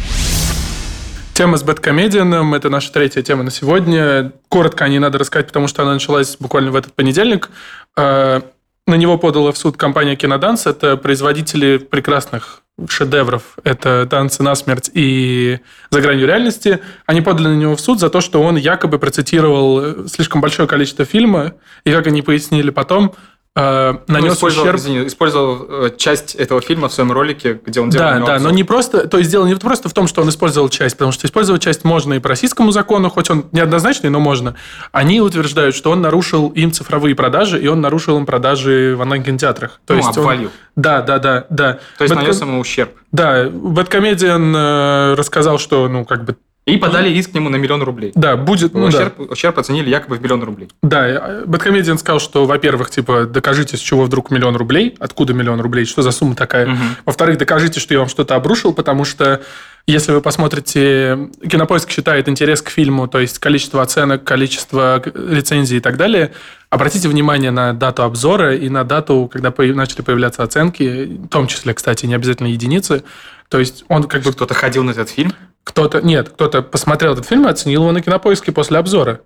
Тема с Бэдкомедианом – это наша третья тема на сегодня. Коротко о ней надо рассказать, потому что она началась буквально в этот понедельник. На него подала в суд компания «Киноданс». Это производители прекрасных шедевров. Это «Танцы насмерть» и «За гранью реальности». Они подали на него в суд за то, что он якобы процитировал слишком большое количество фильма, и, как они пояснили потом, нанес ущерб... Использовал часть этого фильма в своем ролике, где он делал... Да, но не просто... То есть, дело не просто в том, что он использовал часть, потому что использовать часть можно и по российскому закону, хоть он неоднозначный, но можно. Они утверждают, что он нарушил им цифровые продажи, и он нарушил им продажи в онлайн-кинотеатрах. То есть обвалил. Да. То есть нанес ему ущерб. Да, Бэдкомедиан рассказал, что, И подали иск к нему на 1 000 000 рублей. Да, будет... Ущерб оценили якобы в 1 000 000 рублей. Да, Бэдкомедиан сказал, что, во-первых, докажите, с чего вдруг 1 000 000 рублей, откуда 1 000 000 рублей, что за сумма такая. Угу. Во-вторых, докажите, что я вам что-то обрушил, потому что если вы посмотрите... Кинопоиск считает интерес к фильму, то есть количество оценок, количество рецензий и так далее. Обратите внимание на дату обзора и на дату, когда начали появляться оценки, в том числе, кстати, не обязательно единицы. То есть он Кто-то ходил на этот фильм? Кто-то посмотрел этот фильм и оценил его на Кинопоиске после обзора.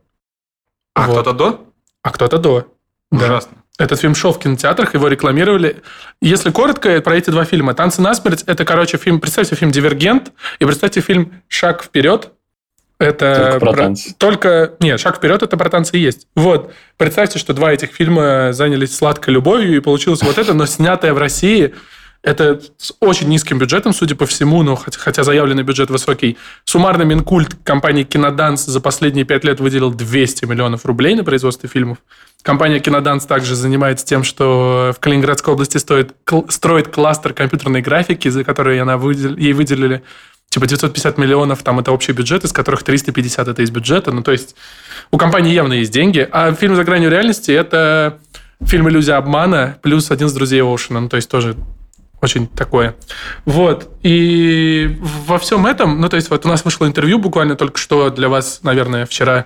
А вот. Кто-то до? А кто-то до. Ужасно. Да. Этот фильм шел в кинотеатрах, его рекламировали. Если коротко про эти два фильма. «Танцы насмерть» – это, фильм... Представьте фильм «Дивергент» и представьте фильм «Шаг вперед». Это только про танцы. Нет, «Шаг вперед» – это про танцы и есть. Вот. Представьте, что два этих фильма занялись сладкой любовью, и получилось вот это, но снятое в России. Это с очень низким бюджетом, судя по всему, но хотя заявленный бюджет высокий. Суммарно Минкульт компании «Киноданс» за последние 5 лет выделил 200 миллионов рублей на производство фильмов. Компания «Киноданс» также занимается тем, что в Калининградской области строит кластер компьютерной графики, за который ей выделили 950 миллионов, там это общий бюджет, из которых 350 это из бюджета. То есть у компании явно есть деньги. А фильм «За гранью реальности» – это фильм «Иллюзия обмана» плюс «Один из друзей Оушена». То есть тоже... Очень такое. Вот. И во всем этом, у нас вышло интервью буквально только что для вас, наверное, вчера,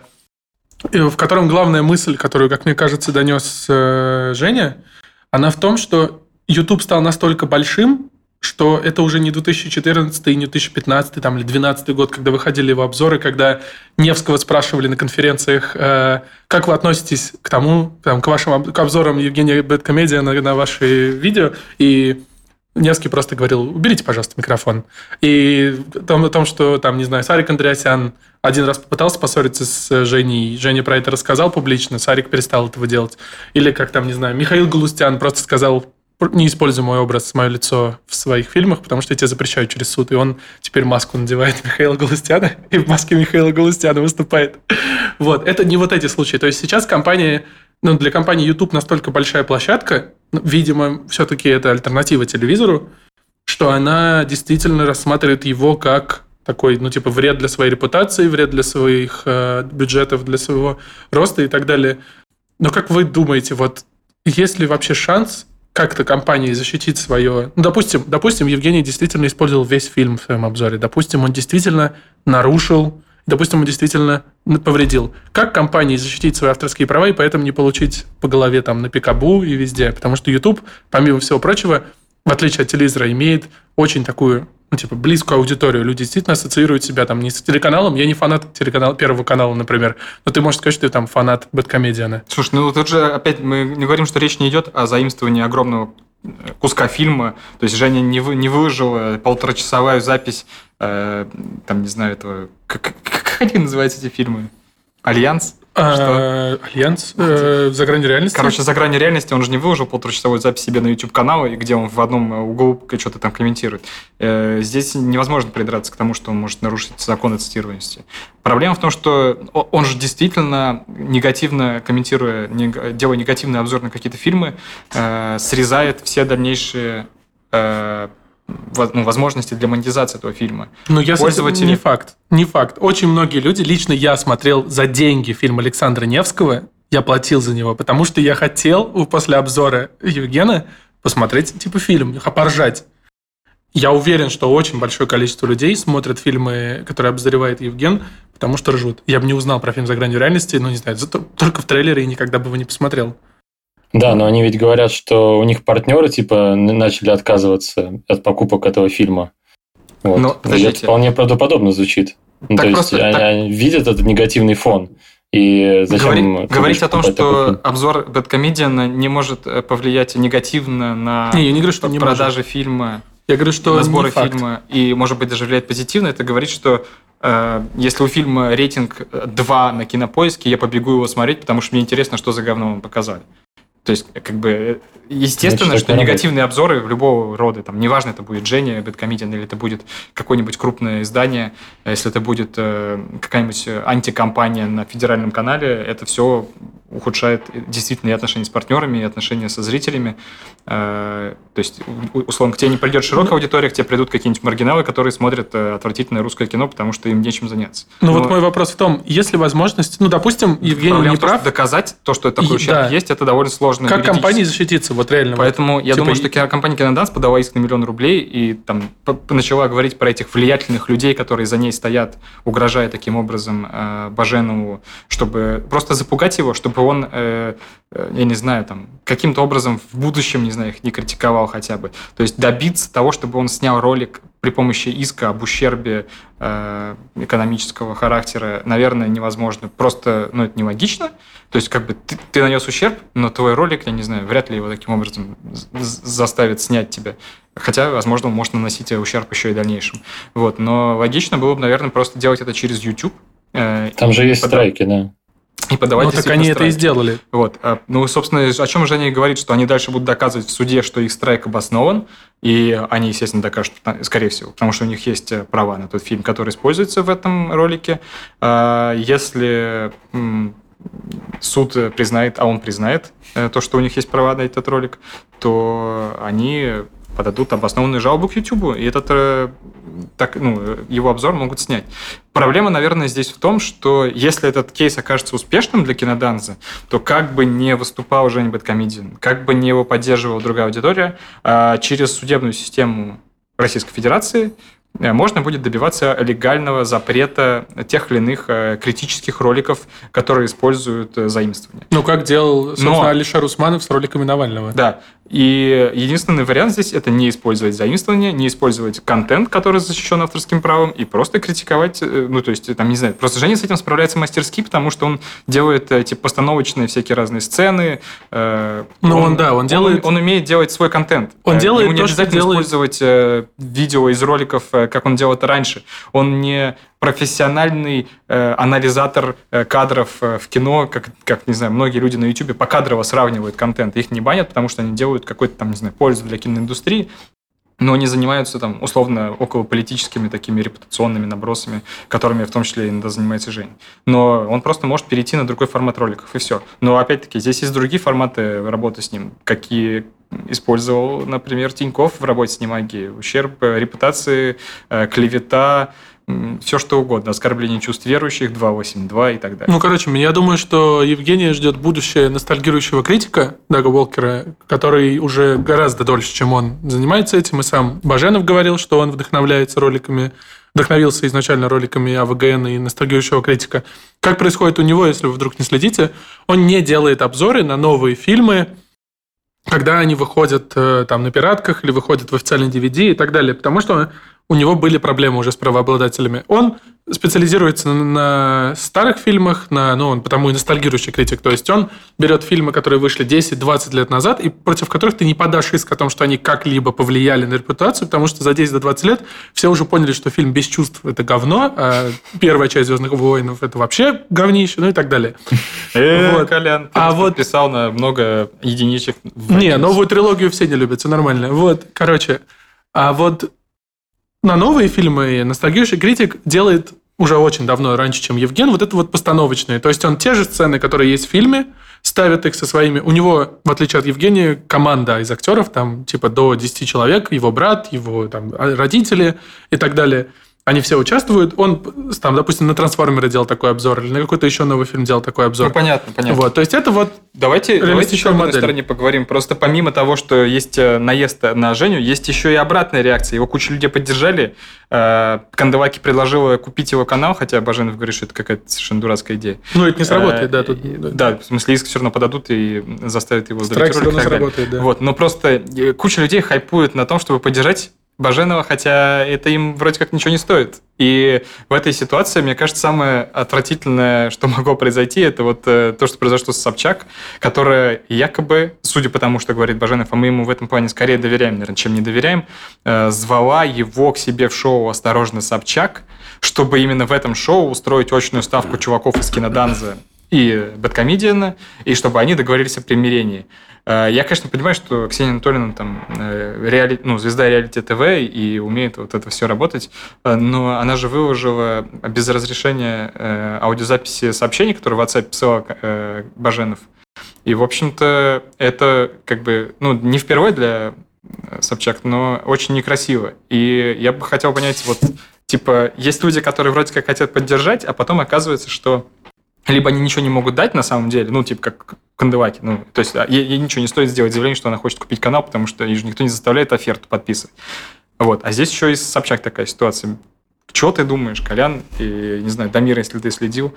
в котором главная мысль, которую, как мне кажется, донес Женя, она в том, что YouTube стал настолько большим, что это уже не 2014, не 2015 или 2012 год, когда выходили его обзоры, когда Невского спрашивали на конференциях, как вы относитесь к вашим к обзорам Евгения Бэдкомедиана на ваши видео, и Невский просто говорил: уберите, пожалуйста, микрофон. И о том, что, там, не знаю, Сарик Андреасян один раз попытался поссориться с Женей, Женя про это рассказал публично, Сарик перестал этого делать. Или, как там, не знаю, Михаил Галустян просто сказал: не используй мой образ, мое лицо в своих фильмах, потому что я тебя запрещаю через суд. И он теперь маску надевает Михаила Галустяна, и в маске Михаила Галустяна выступает. Вот. Это не вот эти случаи. То есть сейчас для компании YouTube настолько большая площадка, видимо, все-таки это альтернатива телевизору, что она действительно рассматривает его как такой, вред для своей репутации, вред для своих бюджетов, для своего роста и так далее. Но как вы думаете, вот есть ли вообще шанс как-то компании защитить свое... допустим, Евгений действительно использовал весь фильм в своем обзоре. Допустим, он действительно нарушил, допустим, он действительно повредил. Как компании защитить свои авторские права и поэтому не получить по голове там на Пикабу и везде? Потому что YouTube, помимо всего прочего, в отличие от телевизора, имеет очень такую близкую аудиторию. Люди действительно ассоциируют себя там не с телеканалом. Я не фанат Первого канала, например. Но ты можешь сказать, что ты там фанат Бэдкомедиана. Слушай, тут же опять мы не говорим, что речь не идет о заимствовании огромного куска фильма. То есть Женя не выложил полуторачасовую запись, не знаю, этого... Как они называются, эти фильмы? «Альянс»? «Альянс», «За гранью реальности». Короче, «За гранью реальности» он же не выложил полуторачасовую запись себе на YouTube-канал, где он в одном углу что-то там комментирует. Здесь невозможно придраться к тому, что он может нарушить законы цитируемости. Проблема в том, что он же действительно негативно комментируя, делая негативный обзор на какие-то фильмы, срезает все дальнейшие возможности для монетизации этого фильма. Пользователи... Не факт. Очень многие люди, лично я смотрел за деньги фильм Александра Невского, я платил за него, потому что я хотел после обзора Евгена посмотреть фильм, поржать. Я уверен, что очень большое количество людей смотрят фильмы, которые обозревает Евген, потому что ржут. Я бы не узнал про фильм «За гранью реальности», не знаю, только в трейлере и никогда бы его не посмотрел. Да, но они ведь говорят, что у них партнеры начали отказываться от покупок этого фильма. Вот. Это вполне правдоподобно звучит. Они видят этот негативный фон. И зачем говорить о том, что обзор Бэдкомедиана не может повлиять негативно на продажи фильма, я говорю, что на сборы фильма, и, может быть, даже влияет позитивно, это говорит, что если у фильма рейтинг 2 на Кинопоиске, я побегу его смотреть, потому что мне интересно, что за говно вам показали. То есть, естественно, что негативные обзоры любого рода, неважно, это будет Женя, Бэдкомедиан, или это будет какое-нибудь крупное издание, если это будет какая-нибудь антикомпания на федеральном канале, это все ухудшает действительно и отношения с партнерами, и отношения со зрителями. То есть, условно, к тебе не придет широкая аудитория, к тебе придут какие-нибудь маргиналы, которые смотрят отвратительное русское кино, потому что им нечем заняться. Вот мой вопрос в том, есть ли возможность, допустим, Евгений не прав. Доказать то, что такой ущерб есть, это довольно сложно. Как компании защититься, реально? Поэтому я думаю, что компания «Киноданс» подала иск на $1 миллион и начала говорить про этих влиятельных людей, которые за ней стоят, угрожая таким образом Баженову, чтобы просто запугать его, чтобы он, я не знаю, каким-то образом в будущем, не знаю, их не критиковал хотя бы. То есть добиться того, чтобы он снял ролик при помощи иска об ущербе экономического характера, наверное, невозможно. Просто, это нелогично. То есть, ты нанес ущерб, но твой ролик, я не знаю, вряд ли его таким образом заставит снять тебя. Хотя, возможно, он может наносить ущерб еще и в дальнейшем. Но логично было бы, наверное, просто делать это через YouTube. Там же есть страйки, да. И подавать так они это и сделали. Собственно, о чем Женя и говорит, что они дальше будут доказывать в суде, что их страйк обоснован, и они, естественно, докажут, скорее всего, потому что у них есть права на тот фильм, который используется в этом ролике. Если суд признает, а он признает то, что у них есть права на этот ролик, то они подадут обоснованную жалобу к YouTube, и его обзор могут снять. Проблема, наверное, здесь в том, что если этот кейс окажется успешным для Киноданса, то как бы не выступал Женя Бэдкомедиан, как бы не его поддерживала другая аудитория, через судебную систему Российской Федерации можно будет добиваться легального запрета тех или иных критических роликов, которые используют заимствования. Ну, как делал, собственно, Алишер Усманов с роликами Навального. Да. И единственный вариант здесь – это не использовать заимствование, не использовать контент, который защищен авторским правом, и просто критиковать, ну, то есть, там, не знаю, просто Женя с этим справляется мастерски, потому что он делает, типа, постановочные всякие разные сцены. Он делает... Он умеет делать свой контент. Он делает Ему не обязательно использовать видео из роликов, как он делал это раньше. Он не профессиональный анализатор кадров в кино, как, не знаю, многие люди на YouTube покадрово сравнивают контент. Их не банят, потому что они делают какую-то там, не знаю, пользу для киноиндустрии, но они занимаются там условно околополитическими такими репутационными набросами, которыми в том числе иногда занимается Женя. Но он просто может перейти на другой формат роликов, и все. Но опять-таки здесь есть другие форматы работы с ним, какие использовал, например, Тинькофф в работе с Немагией. Ущерб репутации, клевета, все что угодно. Оскорбление чувств верующих, 282 и так далее. Ну, короче, я думаю, что Евгения ждет будущее ностальгирующего критика Дага Уолкера, который уже гораздо дольше, чем он, занимается этим. И сам Баженов говорил, что он вдохновляется роликами, вдохновился изначально роликами АВГН и ностальгирующего критика. Как происходит у него, если вы вдруг не следите, он не делает обзоры на новые фильмы, когда они выходят там на пиратках или выходят в официальный DVD и так далее, потому что у него были проблемы уже с правообладателями. Он специализируется на старых фильмах, он потому и ностальгирующий критик. То есть он берет фильмы, которые вышли 10-20 лет назад, и против которых ты не подашь иск о том, что они как-либо повлияли на репутацию, потому что за 10-20 лет все уже поняли, что фильм «Без чувств» – это говно, а первая часть «Звездных войн» – это вообще говнище, и так далее. Колян, ты подписал на много единичек. Не, новую трилогию все не любят, все нормально. На новые фильмы ностальгирующий критик делает уже очень давно, раньше, чем Евген, вот это вот постановочные. То есть он те же сцены, которые есть в фильме, ставит их со своими... У него, в отличие от Евгения, команда из актеров, там типа до 10 человек, его брат, его там родители и так далее. Они все участвуют. Он, там, допустим, на «Трансформеры» делал такой обзор, или на какой-то еще новый фильм делал такой обзор. Ну, понятно. То есть это вот Давайте еще об одной стороне поговорим. Просто помимо того, что есть наезд на Женю, есть еще и обратная реакция. Его куча людей поддержали. Канделаки предложила купить его канал, хотя Баженов говорит, что это какая-то совершенно дурацкая идея. Ну, это не сработает, да. Да, в смысле, иск все равно подадут и заставят его сдавать ролик. Страйк все равно сработает, да. Но просто куча людей хайпует на том, чтобы поддержать Баженова, хотя это им вроде как ничего не стоит. И в этой ситуации, мне кажется, самое отвратительное, что могло произойти, это вот то, что произошло с Собчак, которая якобы, судя по тому, что говорит Баженов, а мы ему в этом плане скорее доверяем, наверное, чем не доверяем, звала его к себе в шоу «Осторожно, Собчак», чтобы именно в этом шоу устроить очную ставку чуваков из «Киноданза» и «Бэдкомедиана», и чтобы они договорились о примирении. Я, конечно, понимаю, что Ксения Анатольевна там звезда реалити ТВ и умеет вот это все работать, но она же выложила без разрешения аудиозаписи сообщений, которые в WhatsApp писал Баженов. И, в общем-то, это как бы, не впервые для Собчак, но очень некрасиво. И я бы хотел понять, есть люди, которые вроде как хотят поддержать, а потом оказывается, что либо они ничего не могут дать на самом деле, как Канделаки. То есть ей ничего не стоит сделать заявление, что она хочет купить канал, потому что ей же никто не заставляет оферту подписывать. А здесь еще и с Собчак такая ситуация. Чего ты думаешь, Колян? И, не знаю, Дамир, если ты следил,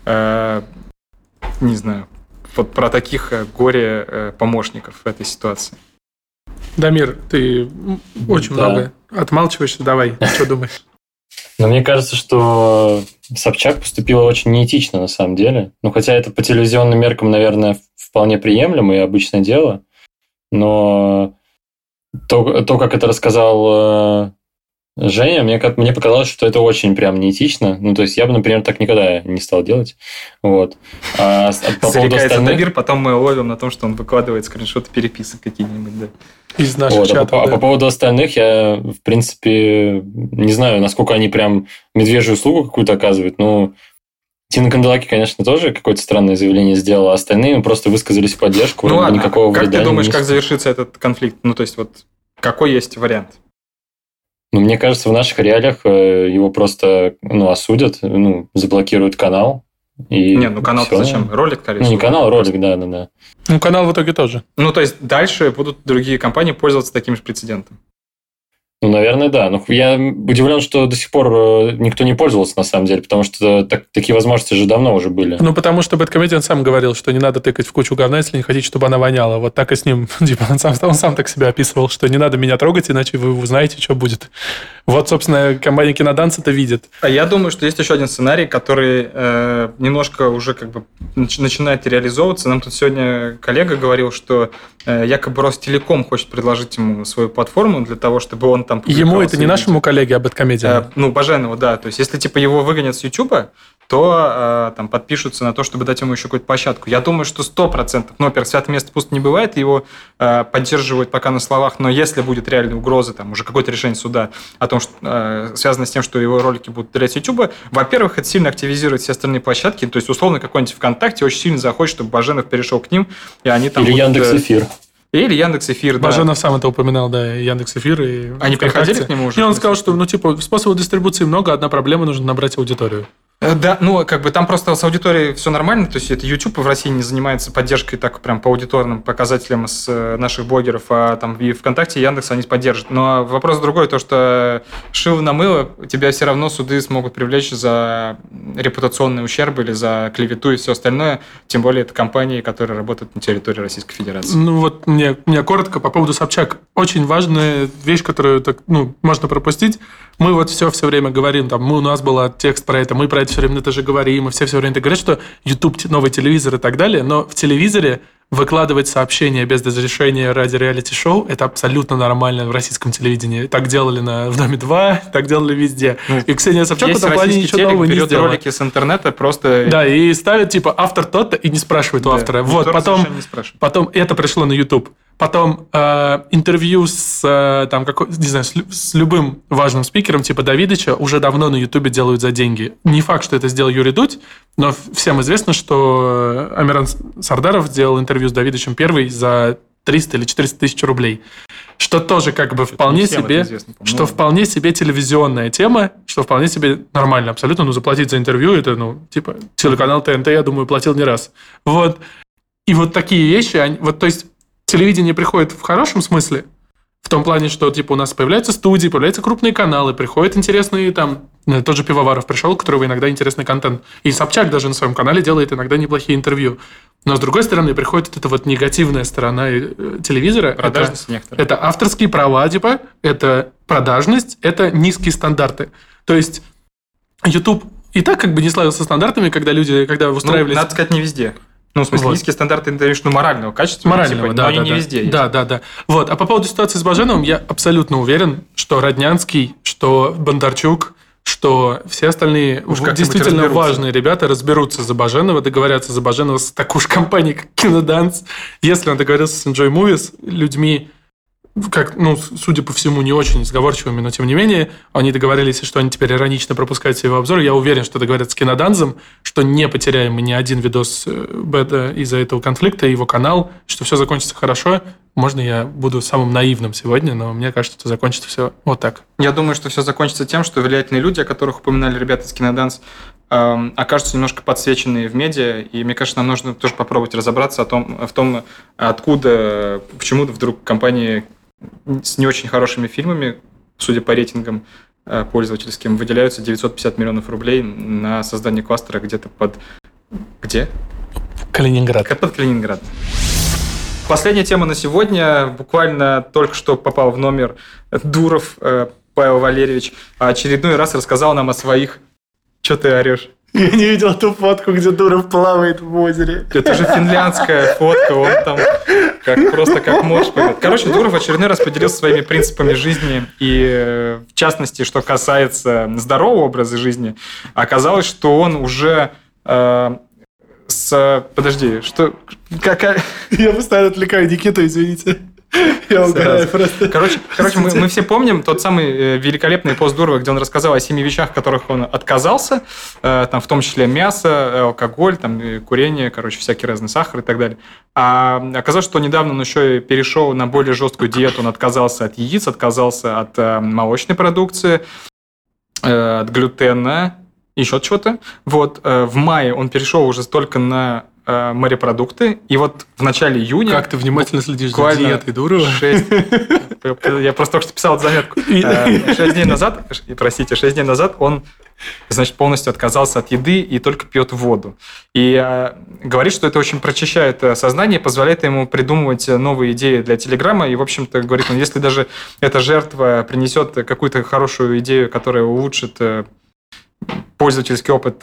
не знаю, вот про таких горе-помощников в этой ситуации. Дамир, ты очень много отмалчиваешься. Давай, что думаешь? Но мне кажется, что Собчак поступила очень неэтично на самом деле. Хотя это по телевизионным меркам, наверное, вполне приемлемо и обычное дело. Но то как это рассказал Женя, мне показалось, что это очень прям неэтично. То есть я бы, например, так никогда не стал делать. Вот. А по поводу остальных... Дамир, потом мы ловим на том, что он выкладывает скриншоты переписок какие-нибудь, да. Из наших чатов, по поводу остальных я, в принципе, не знаю, насколько они прям медвежью услугу какую-то оказывают. Тина Канделаки, конечно, тоже какое-то странное заявление сделала, а остальные просто высказались в поддержку. Ладно, никакого как ты думаешь, как завершится этот конфликт? Какой есть вариант? Мне кажется, в наших реалиях его просто осудят, заблокируют канал. Канал-то зачем? Ролик, конечно. Не канал, ролик, да. Канал в итоге тоже. То есть дальше будут другие компании пользоваться таким же прецедентом. Ну, наверное, да. Но я удивлен, что до сих пор никто не пользовался, на самом деле, потому что такие возможности же давно уже были. Ну, потому что Бэдкомедиан сам говорил, что не надо тыкать в кучу говна, если не хотите, чтобы она воняла. Вот так и с ним. Типа, он сам так себя описывал, что не надо меня трогать, иначе вы узнаете, что будет. Вот, собственно, компания Киноданс это видит. А я думаю, что есть еще один сценарий, который немножко уже как бы начинает реализовываться. Нам тут сегодня коллега говорил, что якобы Ростелеком хочет предложить ему свою платформу для того, чтобы он там публиковал. Ему это не нашему коллеге, а Бэдкомедиану. Ну, Баженову, да. То есть, если типа его выгонят с Ютуба, то там подпишутся на то, чтобы дать ему еще какую-то площадку. Я думаю, что 100%. Ну, во-первых, святое место пусто не бывает, его поддерживают пока на словах, но если будет реальная угроза, там уже какое-то решение суда о том, что связано с тем, что его ролики будут удалять с Ютуба, во-первых, это сильно активизирует все остальные площадки. То есть, условно, какой-нибудь ВКонтакте очень сильно захочет, чтобы Баженов перешел к ним, и они там... Или Яндекс.Эфир. Или Яндекс.Эфир, да. Баженов сам это упоминал, да, Яндекс.Эфир. И они приходили к нему уже? И он сказал, что, способов дистрибуции много, одна проблема, нужно набрать аудиторию. Да, ну, как бы там просто с аудиторией все нормально, то есть это YouTube в России не занимается поддержкой так прям по аудиторным показателям с наших блогеров, а там и ВКонтакте, и Яндекс они поддержат. Но вопрос другой, то, что шило на мыло, тебя все равно суды смогут привлечь за репутационный ущерб или за клевету и все остальное, тем более это компании, которые работают на территории Российской Федерации. Ну вот мне коротко по поводу Собчак. Очень важная вещь, которую можно пропустить. Мы вот все время говорим, там, у нас был текст про это, мы про это все время это же говорим, и все время это говорят, что YouTube, новый телевизор и так далее, но в телевизоре выкладывать сообщения без разрешения ради реалити-шоу – это абсолютно нормально в российском телевидении. Так делали в «Доме-2», так делали везде. И Ксения Собчак в этом плане ничего нового не сделала. Берет ролики с интернета просто... Да, и ставит, типа, автор тот-то, и не спрашивает у автора. Вот, потом это пришло на YouTube. Потом интервью с любым важным спикером, типа Давидыча, уже давно на Ютубе делают за деньги. Не факт, что это сделал Юрий Дудь, но всем известно, что Амиран Сардаров сделал интервью с Давидычем первый за 300 или 400 тысяч рублей. Что тоже как бы вполне себе, вполне себе телевизионная тема, что вполне себе нормально абсолютно. Заплатить за интервью, это, телеканал ТНТ, я думаю, платил не раз. Вот. И вот такие вещи, то есть телевидение приходит в хорошем смысле, в том плане, что у нас появляются студии, появляются крупные каналы, приходят интересные, тот же Пивоваров пришел, у которого иногда интересный контент. И Собчак даже на своем канале делает иногда неплохие интервью. Но, с другой стороны, приходит эта негативная сторона телевизора. Продажность некоторая. Это авторские права, это продажность, это низкие стандарты. То есть, YouTube и так не славился стандартами, когда устраивались... надо сказать, не везде. В смысле, низкие стандарты, морального качества. Морального, но они не везде есть. Да. Вот. А по поводу ситуации с Баженовым, я абсолютно уверен, что Роднянский, что Бондарчук, что все остальные действительно важные ребята разберутся за Баженова, договорятся за Баженова с такой уж компанией, как Киноданс. Если он договорился с Enjoy Movies, людьми, судя по всему, не очень сговорчивыми, но тем не менее, они договорились, что они теперь иронично пропускают все его обзоры. Я уверен, что договорятся с Киноданзом, что не потеряем мы ни один видос Бэда из-за этого конфликта, его канал, что все закончится хорошо. Можно я буду самым наивным сегодня, но мне кажется, что закончится все вот так. Я думаю, что все закончится тем, что влиятельные люди, о которых упоминали ребята из Киноданс, окажутся немножко подсвеченные в медиа, и мне кажется, нам нужно тоже попробовать разобраться в том, откуда, почему вдруг компании с не очень хорошими фильмами, судя по рейтингам пользовательским, выделяются 950 миллионов рублей на создание кластера где-то Где? Калининград. Под Калининград. Последняя тема на сегодня. Буквально только что попал в номер Дуров Павел Валерьевич. Очередной раз рассказал нам о своих... Че ты орешь? Я не видел ту фотку, где Дуров плавает в озере. Это же финляндская фотка, он там просто как морж. Короче, Дуров в очередной раз поделился своими принципами жизни. И в частности, что касается здорового образа жизни, оказалось, что он уже... Подожди, что... Я постоянно отвлекаю Никиту, извините. Я угораю просто. Короче, мы все помним тот самый великолепный пост Дурова, где он рассказал о 7 вещах, которых он отказался, там, в том числе мясо, алкоголь, там, курение, всякий разный сахар и так далее. А оказалось, что недавно он еще и перешел на более жесткую диету, он отказался от яиц, отказался от молочной продукции, от глютена, еще чего-то. Вот, в мае он перешел уже только на морепродукты, и вот в начале июня... Как ты внимательно следишь за диетой Дурова? Я просто только что писал эту заметку. 6 дней назад он, значит, полностью отказался от еды и только пьет воду. И говорит, что это очень прочищает сознание, позволяет ему придумывать новые идеи для Телеграма. И, в общем-то, говорит он, если даже эта жертва принесет какую-то хорошую идею, которая улучшит пользовательский опыт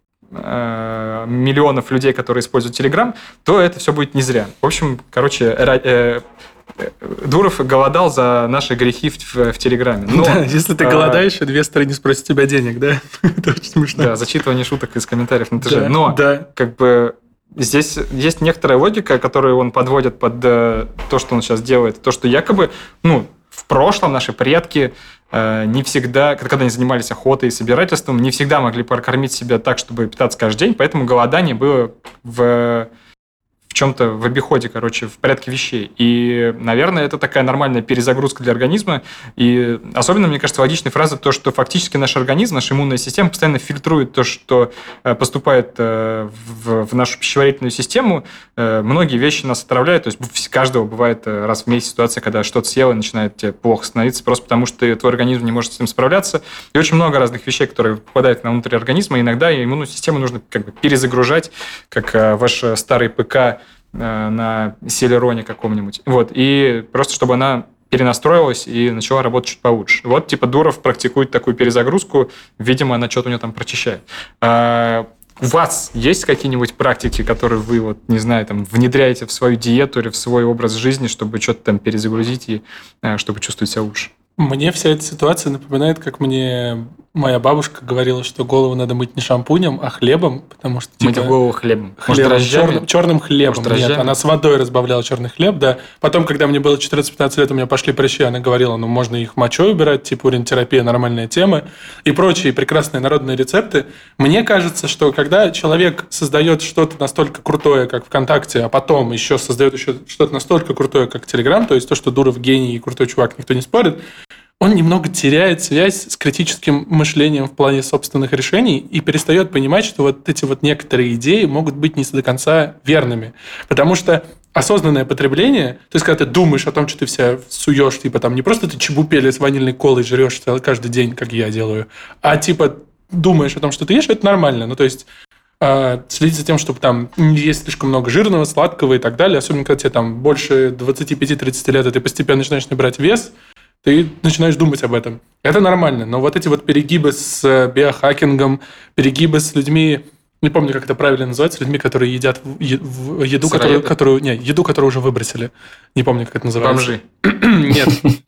миллионов людей, которые используют Telegram, то это все будет не зря. В общем, короче, Дуров голодал за наши грехи в Телеграме. Но, да, если ты голодаешь, инвесторы не спросят тебя денег, да? Это очень смешно. Да, зачитывание шуток из комментариев на ТЖ. Да, но, да. как бы, здесь есть некоторая логика, которую он подводит под то, что он сейчас делает. То, что якобы, в прошлом наши предки не всегда, когда они занимались охотой и собирательством, не всегда могли прокормить себя так, чтобы питаться каждый день, поэтому голодание было в чем-то в обиходе, в порядке вещей. И, наверное, это такая нормальная перезагрузка для организма. И особенно, мне кажется, логичной фраза то, что фактически наш организм, наша иммунная система постоянно фильтрует то, что поступает в нашу пищеварительную систему. Многие вещи нас отравляют. То есть у каждого бывает раз в месяц ситуация, когда что-то съел и начинает тебе плохо становиться, просто потому что твой организм не может с этим справляться. И очень много разных вещей, которые попадают внутрь организма. И иногда иммунную систему нужно перезагружать, как ваш старый ПК на селероне каком-нибудь. И просто чтобы она перенастроилась и начала работать чуть получше. Дуров практикует такую перезагрузку, видимо, она что-то у него там прочищает. У вас есть какие-нибудь практики, которые вы, внедряете в свою диету или в свой образ жизни, чтобы что-то там перезагрузить и чтобы чувствовать себя лучше? Мне вся эта ситуация напоминает, как мне моя бабушка говорила, что голову надо мыть не шампунем, а хлебом, потому что... Мыть голову хлебом. Черным хлебом. Нет, она с водой разбавляла черный хлеб, да. Потом, когда мне было 14-15 лет, у меня пошли прыщи, она говорила, можно их мочой убирать, уринотерапия, нормальная тема, и прочие прекрасные народные рецепты. Мне кажется, что когда человек создает что-то настолько крутое, как ВКонтакте, а потом еще создает что-то настолько крутое, как Телеграм, то есть то, что Дуров гений и крутой чувак, никто не спорит, он немного теряет связь с критическим мышлением в плане собственных решений и перестает понимать, что эти некоторые идеи могут быть не до конца верными. Потому что осознанное потребление, то есть когда ты думаешь о том, что ты вся суешь, не просто ты чебупели с ванильной колой жрешь каждый день, как я делаю, а думаешь о том, что ты ешь, это нормально. То есть следить за тем, чтобы не есть слишком много жирного, сладкого и так далее, особенно когда тебе больше 25-30 лет, и ты постепенно начинаешь набирать вес, ты начинаешь думать об этом. Это нормально. Но эти перегибы с биохакингом, перегибы с людьми, не помню, как это правильно называется, людьми, которые едят еду, которую уже выбросили. Не помню, как это называется. Бомжи. Нет.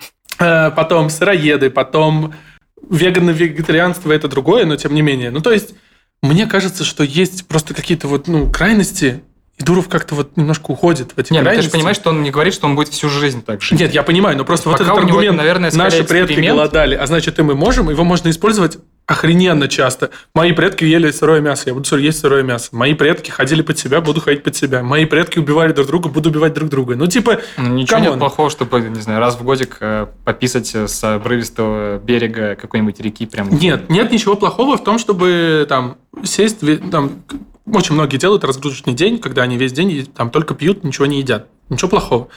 Потом сыроеды, потом веганы, вегетарианство – это другое, но тем не менее. То есть, мне кажется, что есть просто какие-то крайности, и Дуров как-то немножко уходит в эти крайности. Ты же понимаешь, что он не говорит, что он будет всю жизнь так жить. Нет, я понимаю, но просто пока этот аргумент, наверное, наши предки голодали, а значит, и мы можем, его можно использовать охрененно часто. Мои предки ели сырое мясо, я буду есть сырое мясо. Мои предки ходили под себя, буду ходить под себя. Мои предки убивали друг друга, буду убивать друг друга. Ничего нет плохого, чтобы, раз в годик пописать с обрывистого берега какой-нибудь реки прям. Нет ничего плохого в том, чтобы сесть, очень многие делают разгрузочный день, когда они весь день только пьют, ничего не едят. Ничего плохого.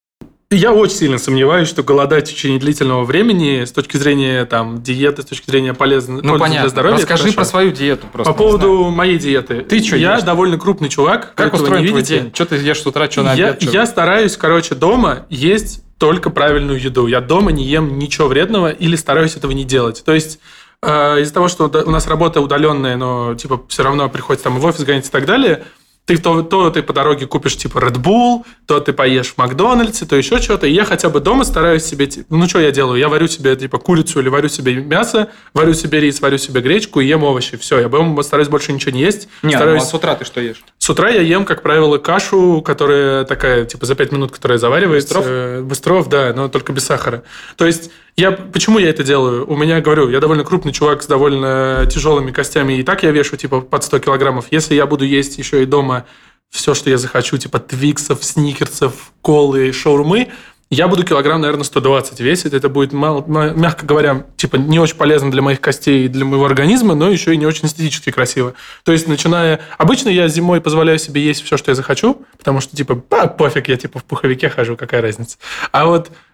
Я очень сильно сомневаюсь, что голодать в течение длительного времени с точки зрения диеты, с точки зрения пользы для здоровья. Расскажи про свою диету просто. По поводу моей диеты. Ты что Я ешь? Довольно крупный чувак. Как устроен твой день? Что ты ешь с утра, что на обед? Я стараюсь, дома есть только правильную еду. Я дома не ем ничего вредного или стараюсь этого не делать. То есть из-за того, что у нас работа удаленная, но все равно приходится в офис гонять и так далее, ты ты по дороге купишь Red Bull, то ты поешь в Макдональдсе, то еще что-то. И я хотя бы дома стараюсь себе... что я делаю? Я варю себе курицу или варю себе мясо, варю себе рис, варю себе гречку и ем овощи. Все, я дома стараюсь больше ничего не есть. А с утра ты что ешь? С утра я ем, как правило, кашу, которая такая, за 5 минут, которая заваривается. Быстров, да, но только без сахара. То есть, почему я это делаю? У меня, я довольно крупный чувак с довольно тяжелыми костями, и так я вешу, под 100 килограммов. Если я буду есть еще и дома все, что я захочу, твиксов, сникерсов, колы, шаурмы, я буду килограмм, наверное, 120 весить. Это будет, мягко говоря, не очень полезно для моих костей и для моего организма, но еще и не очень эстетически красиво. То есть, обычно я зимой позволяю себе есть все, что я захочу, потому что, пофиг, я, в пуховике хожу, какая разница. А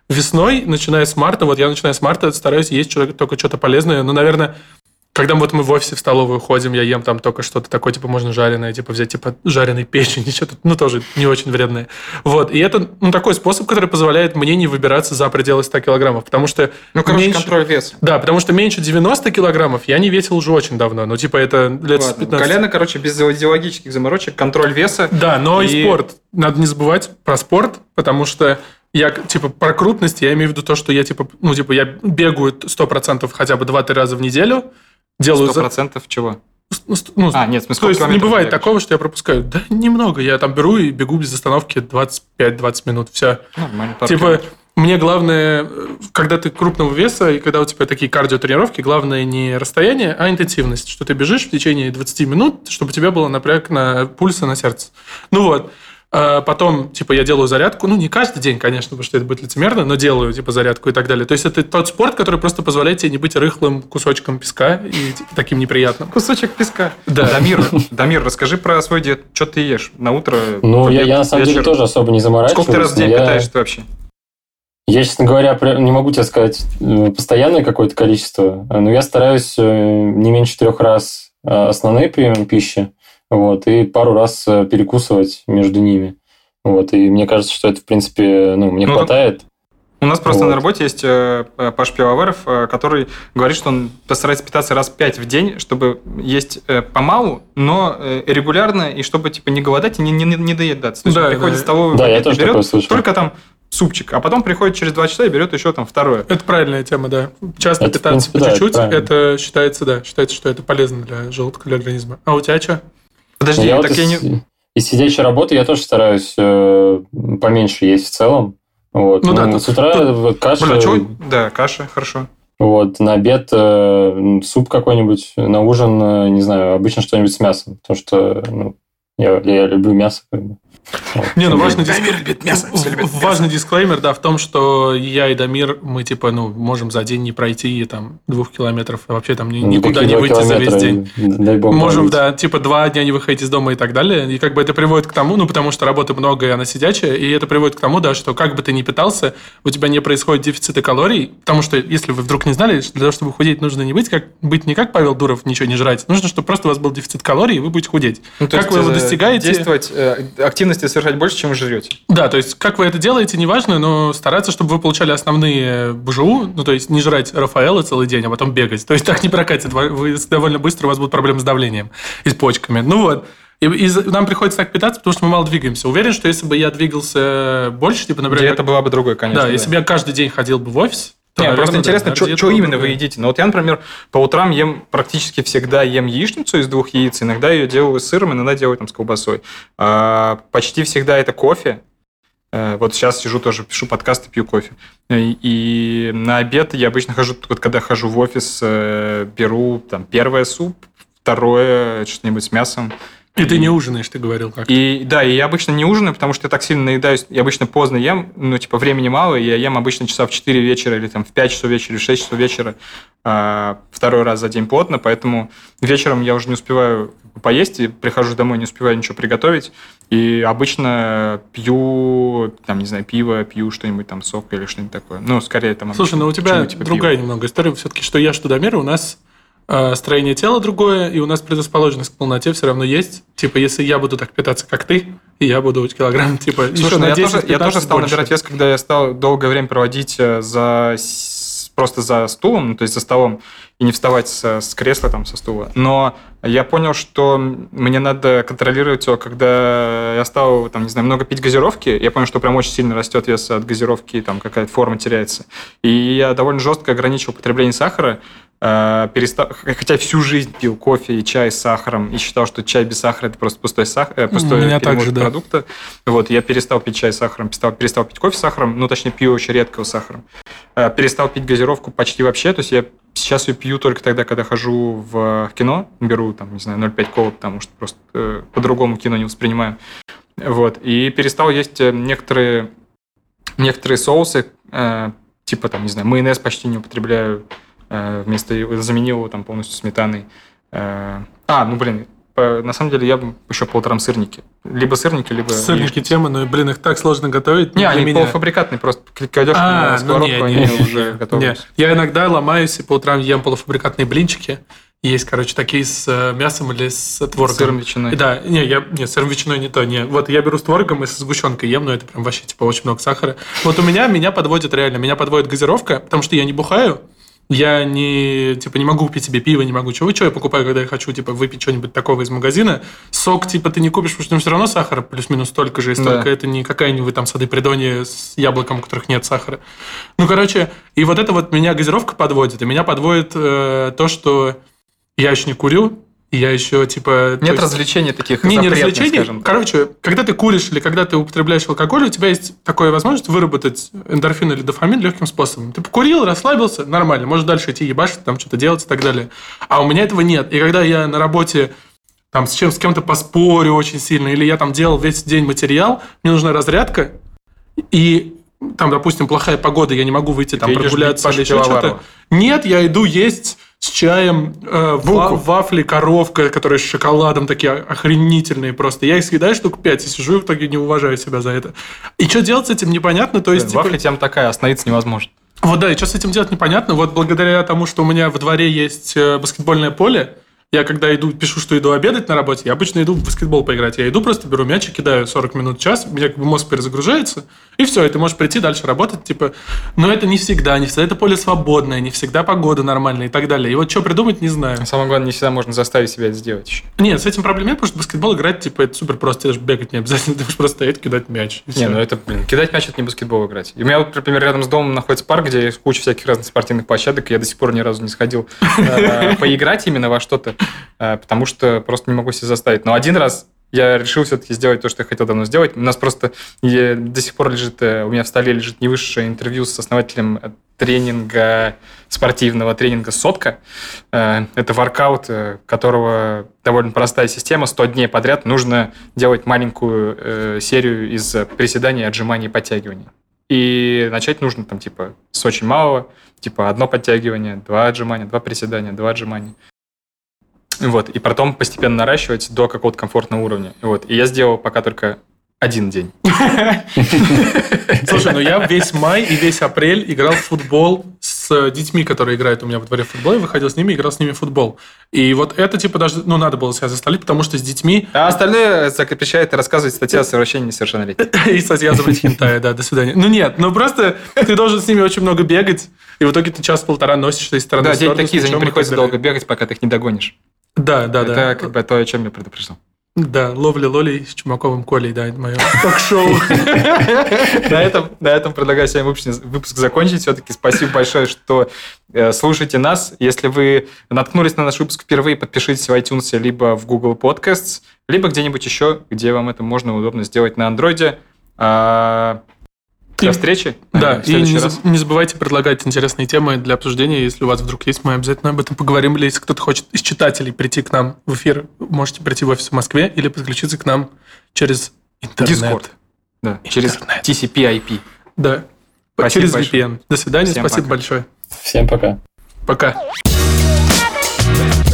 весной, начиная с марта, вот я начиная с марта стараюсь есть только что-то полезное. Ну, наверное, когда вот мы в офисе в столовую ходим, я ем там только что-то такое, типа, можно жареное, типа, взять, типа, жареной печени, что-то, ну, тоже не очень вредное. Вот, и это, ну, такой способ, который позволяет мне не выбираться за пределы 100 килограммов, потому что... Ну, короче, контроль веса. Да, потому что меньше 90 килограммов я не весил уже очень давно, ну, типа, это лет с 15. Коляна, короче, без идеологических заморочек, контроль веса. Да, но и спорт. Надо не забывать про спорт, потому что я, типа, про крупность, я имею в виду то, что я, типа, ну, типа, я бегаю 100% хотя бы 2-3 раза в неделю, делаю 100% чего? Ну, нет, в смысле, то есть не бывает бегаешь? такого, что я пропускаю. Да, немного. Я там беру и бегу без остановки 25-20 минут. Все. Нормально. Типа, мне главное, когда ты крупного веса, и когда у тебя такие кардиотренировки, главное не расстояние, а интенсивность. Что ты бежишь в течение 20 минут, чтобы у тебя был напряг на пульса, на сердце. Ну вот. Потом, типа, я делаю зарядку. Ну, не каждый день, конечно, потому что это будет лицемерно, но делаю, типа, зарядку и так далее. То есть, это тот спорт, который просто позволяет тебе не быть рыхлым кусочком песка и типа, таким неприятным. Кусочек песка. Да. Дамир, расскажи про свой диет. Что ты ешь на утро? Ну, я на самом деле тоже особо не заморачиваюсь. Сколько ты раз в день питаешься вообще? Я, честно говоря, не могу тебе сказать постоянное какое-то количество, но я стараюсь не меньше 3 раз основные приемы пищи, вот, и пару раз перекусывать между ними. Вот, и мне кажется, что это, в принципе, мне хватает. У нас просто на работе есть Паш Пивоваров, который говорит, что он постарается питаться раз 5 в день, чтобы есть помалу, но регулярно, и чтобы типа не голодать и не доедаться. То есть он приходит в столовую, я тоже такое слышал. Только там супчик, а потом приходит через 2 часа и берет еще там второе. Это правильная тема, да. Часто это, питаться принципе, по чуть-чуть, это считается, что это полезно для желудка, для организма. А у тебя что? Подожди, я из сидячей работы я тоже стараюсь поменьше есть в целом. Вот. С утра каша. Да, каша, хорошо. Вот, на обед суп какой-нибудь, на ужин, не знаю, обычно что-нибудь с мясом, потому что я люблю мясо. Не, важный Дамир дисклеймер, да, в том, что я и Дамир, мы типа, можем за день не пройти там 2 километров, а вообще там никуда не выйти за весь день. Дай бог можем, да, типа 2 дня не выходить из дома и так далее. И как бы это приводит к тому, потому что работы много, и она сидячая, и это приводит к тому, да, что как бы ты ни питался, у тебя не происходит дефицита калорий, потому что, если вы вдруг не знали, для того, чтобы худеть, нужно быть не как Павел Дуров, ничего не жрать, нужно, чтобы просто у вас был дефицит калорий, и вы будете худеть. Как вы его достигаете? Действовать, активности совершать больше, чем вы жрете. Да, то есть, как вы это делаете, неважно, но стараться, чтобы вы получали основные БЖУ, то есть, не жрать Рафаэлло целый день, а потом бегать. То есть, так не прокатит. Вы довольно быстро, у вас будут проблемы с давлением и с почками. И нам приходится так питаться, потому что мы мало двигаемся. Уверен, что если бы я двигался больше, типа, например... Это была бы другой, конечно. Да, если бы я каждый день ходил бы в офис... Нет, просто интересно, что именно вы едите. Вот я, например, по утрам практически всегда ем яичницу из 2 яиц. Иногда ее делаю с сыром, иногда делаю там с колбасой. Почти всегда это кофе. Вот сейчас сижу тоже, пишу подкасты, пью кофе. И на обед я обычно хожу, вот когда хожу в офис, беру там первое суп, второе что-нибудь с мясом. И ты не ужинаешь, ты говорил как-то. И я обычно не ужинаю, потому что я так сильно наедаюсь. Я обычно поздно ем, времени мало, и я ем обычно часа в 4 вечера или там в 5 часов вечера или в 6 часов вечера второй раз за день плотно, поэтому вечером я уже не успеваю поесть, и прихожу домой, не успеваю ничего приготовить, и обычно пью, там, не знаю, пиво, пью что-нибудь там, сок или что-нибудь такое. Скорее там... Слушай, у тебя другая немного история. Все-таки, что я, что Дамир, у нас... строение тела другое, и у нас предрасположенность к полноте все равно есть. Типа, если я буду так питаться, как ты, и я буду килограмм, типа, слушай, еще на 10-15 я тоже стал больше. набирать вес, когда я стал долгое время проводить просто за стулом, то есть за столом, и не вставать с кресла, там, со стула. Но я понял, что мне надо контролировать его, когда я стал, там, не знаю, много пить газировки, я понял, что прям очень сильно растет вес от газировки, там какая-то форма теряется. И я довольно жестко ограничил потребление сахара, хотя всю жизнь пил кофе и чай с сахаром и считал, что чай без сахара это просто пустой перевод продукта. Вот, я перестал пить чай с сахаром, перестал пить кофе с сахаром, точнее, пью очень редко с сахаром. Перестал пить газировку почти вообще, то есть я сейчас ее пью только тогда, когда хожу в кино, беру, там, не знаю, 0,5 колы, потому что просто по-другому кино не воспринимаю. Вот, и перестал есть некоторые соусы, типа, там, не знаю, майонез почти не употребляю, заменил его там полностью сметаной. на самом деле, я бы еще по утрам сырники. Либо сырники, либо... Сырники тема, но, блин, их так сложно готовить. Не, они полуфабрикатные, просто кладешь на сковородку, они уже готовы. Я иногда ломаюсь и по утрам ем полуфабрикатные блинчики. Есть, короче, такие с мясом или с творогом. С сыром ветчиной. Да, с сыром ветчиной не то. Не. Вот я беру с творогом и со сгущенкой ем, но это прям вообще типа очень много сахара. Вот меня подводит реально, меня подводит газировка, потому что я не бухаю. Я не могу купить себе пиво, не могу чего я покупаю, когда я хочу, выпить что-нибудь такого из магазина. Сок, ты не купишь, потому что там все равно сахара плюс-минус столько же, и столько это не какая-нибудь там сады Придонья с яблоком, у которых нет сахара. И вот это вот меня газировка подводит, и меня подводит то, что я еще не курю, и я еще, Нет развлечений таких не запретных, развлечений. скажем так. Короче, когда ты куришь или когда ты употребляешь алкоголь, у тебя есть такая возможность выработать эндорфин или дофамин легким способом. Ты покурил, расслабился, нормально, можешь дальше идти ебашить, там что-то делать и так далее. А у меня этого нет. И когда я на работе с кем-то поспорю очень сильно, или я делал весь день материал, мне нужна разрядка, и допустим, плохая погода, я не могу выйти прогуляться или еще что-то. Нет, я иду есть с чаем вафли коровка, которые с шоколадом такие охренительные просто. Я их съедаю штук 5 и сижу и в итоге не уважаю себя за это. И что делать с этим, непонятно. То есть, вафля тема такая, остановиться невозможно. Вот да, и что с этим делать, непонятно. Вот благодаря тому, что у меня во дворе есть баскетбольное поле, я когда пишу, что иду обедать на работе, я обычно иду в баскетбол поиграть. Я иду, просто беру мяч и кидаю 40 минут, час, у меня мозг перезагружается, и все, и ты можешь прийти дальше работать, Но это не всегда это поле свободное, не всегда погода нормальная и так далее. И вот что придумать, не знаю. Самое главное, не всегда можно заставить себя это сделать еще. Нет, с этим проблем нет, потому что баскетбол играть, это супер просто, тебе даже бегать не обязательно, ты можешь просто стоять, кидать мяч. Кидать мяч – это не баскетбол играть. И у меня, например, рядом с домом находится парк, где есть куча всяких разных спортивных площадок, и я до сих пор ни разу не сходил поиграть именно во что-то, потому что просто не могу себя заставить. Но один раз я решил все-таки сделать то, что я хотел давно сделать. У нас просто до сих пор у меня в столе лежит невысшее интервью с основателем спортивного тренинга «Сотка». Это воркаут, которого довольно простая система. 100 дней подряд нужно делать маленькую серию из приседаний, отжиманий и подтягиваний. И начать нужно с очень малого. 1 подтягивание, 2 отжимания, 2 приседания, 2 отжимания. И потом постепенно наращивать до какого-то комфортного уровня. И я сделал пока только 1 день. Слушай, я весь май и весь апрель играл в футбол с детьми, которые играют у меня во дворе в футбол. Я выходил с ними, играл с ними в футбол. И вот это даже, надо было себя застолить, потому что с детьми... А остальное запрещает рассказывать статья о совращении несовершеннолетних. И статья запретить хентая, да, до свидания. Просто ты должен с ними очень много бегать, и в итоге ты час-полтора носишься из стороны в сторону. Да, дети такие, за ним приходится долго бегать, пока ты их не догонишь. Да. Это то, о чем я предупреждал. Да, ловля лолей с Чумаковым Колей, да, это мое ток-шоу. На этом предлагаю сегодня выпуск закончить. Все-таки спасибо большое, что слушаете нас. Если вы наткнулись на наш выпуск впервые, подпишитесь в iTunes, либо в Google Podcasts, либо где-нибудь еще, где вам это можно удобно сделать на Андроиде. До встречи. Да, и не забывайте предлагать интересные темы для обсуждения. Если у вас вдруг есть, мы обязательно об этом поговорим. Или если кто-то хочет из читателей прийти к нам в эфир, можете прийти в офис в Москве или подключиться к нам через интернет. Discord. Да, через TCP/IP. Да, через VPN. До свидания, спасибо большое. Всем пока. Пока.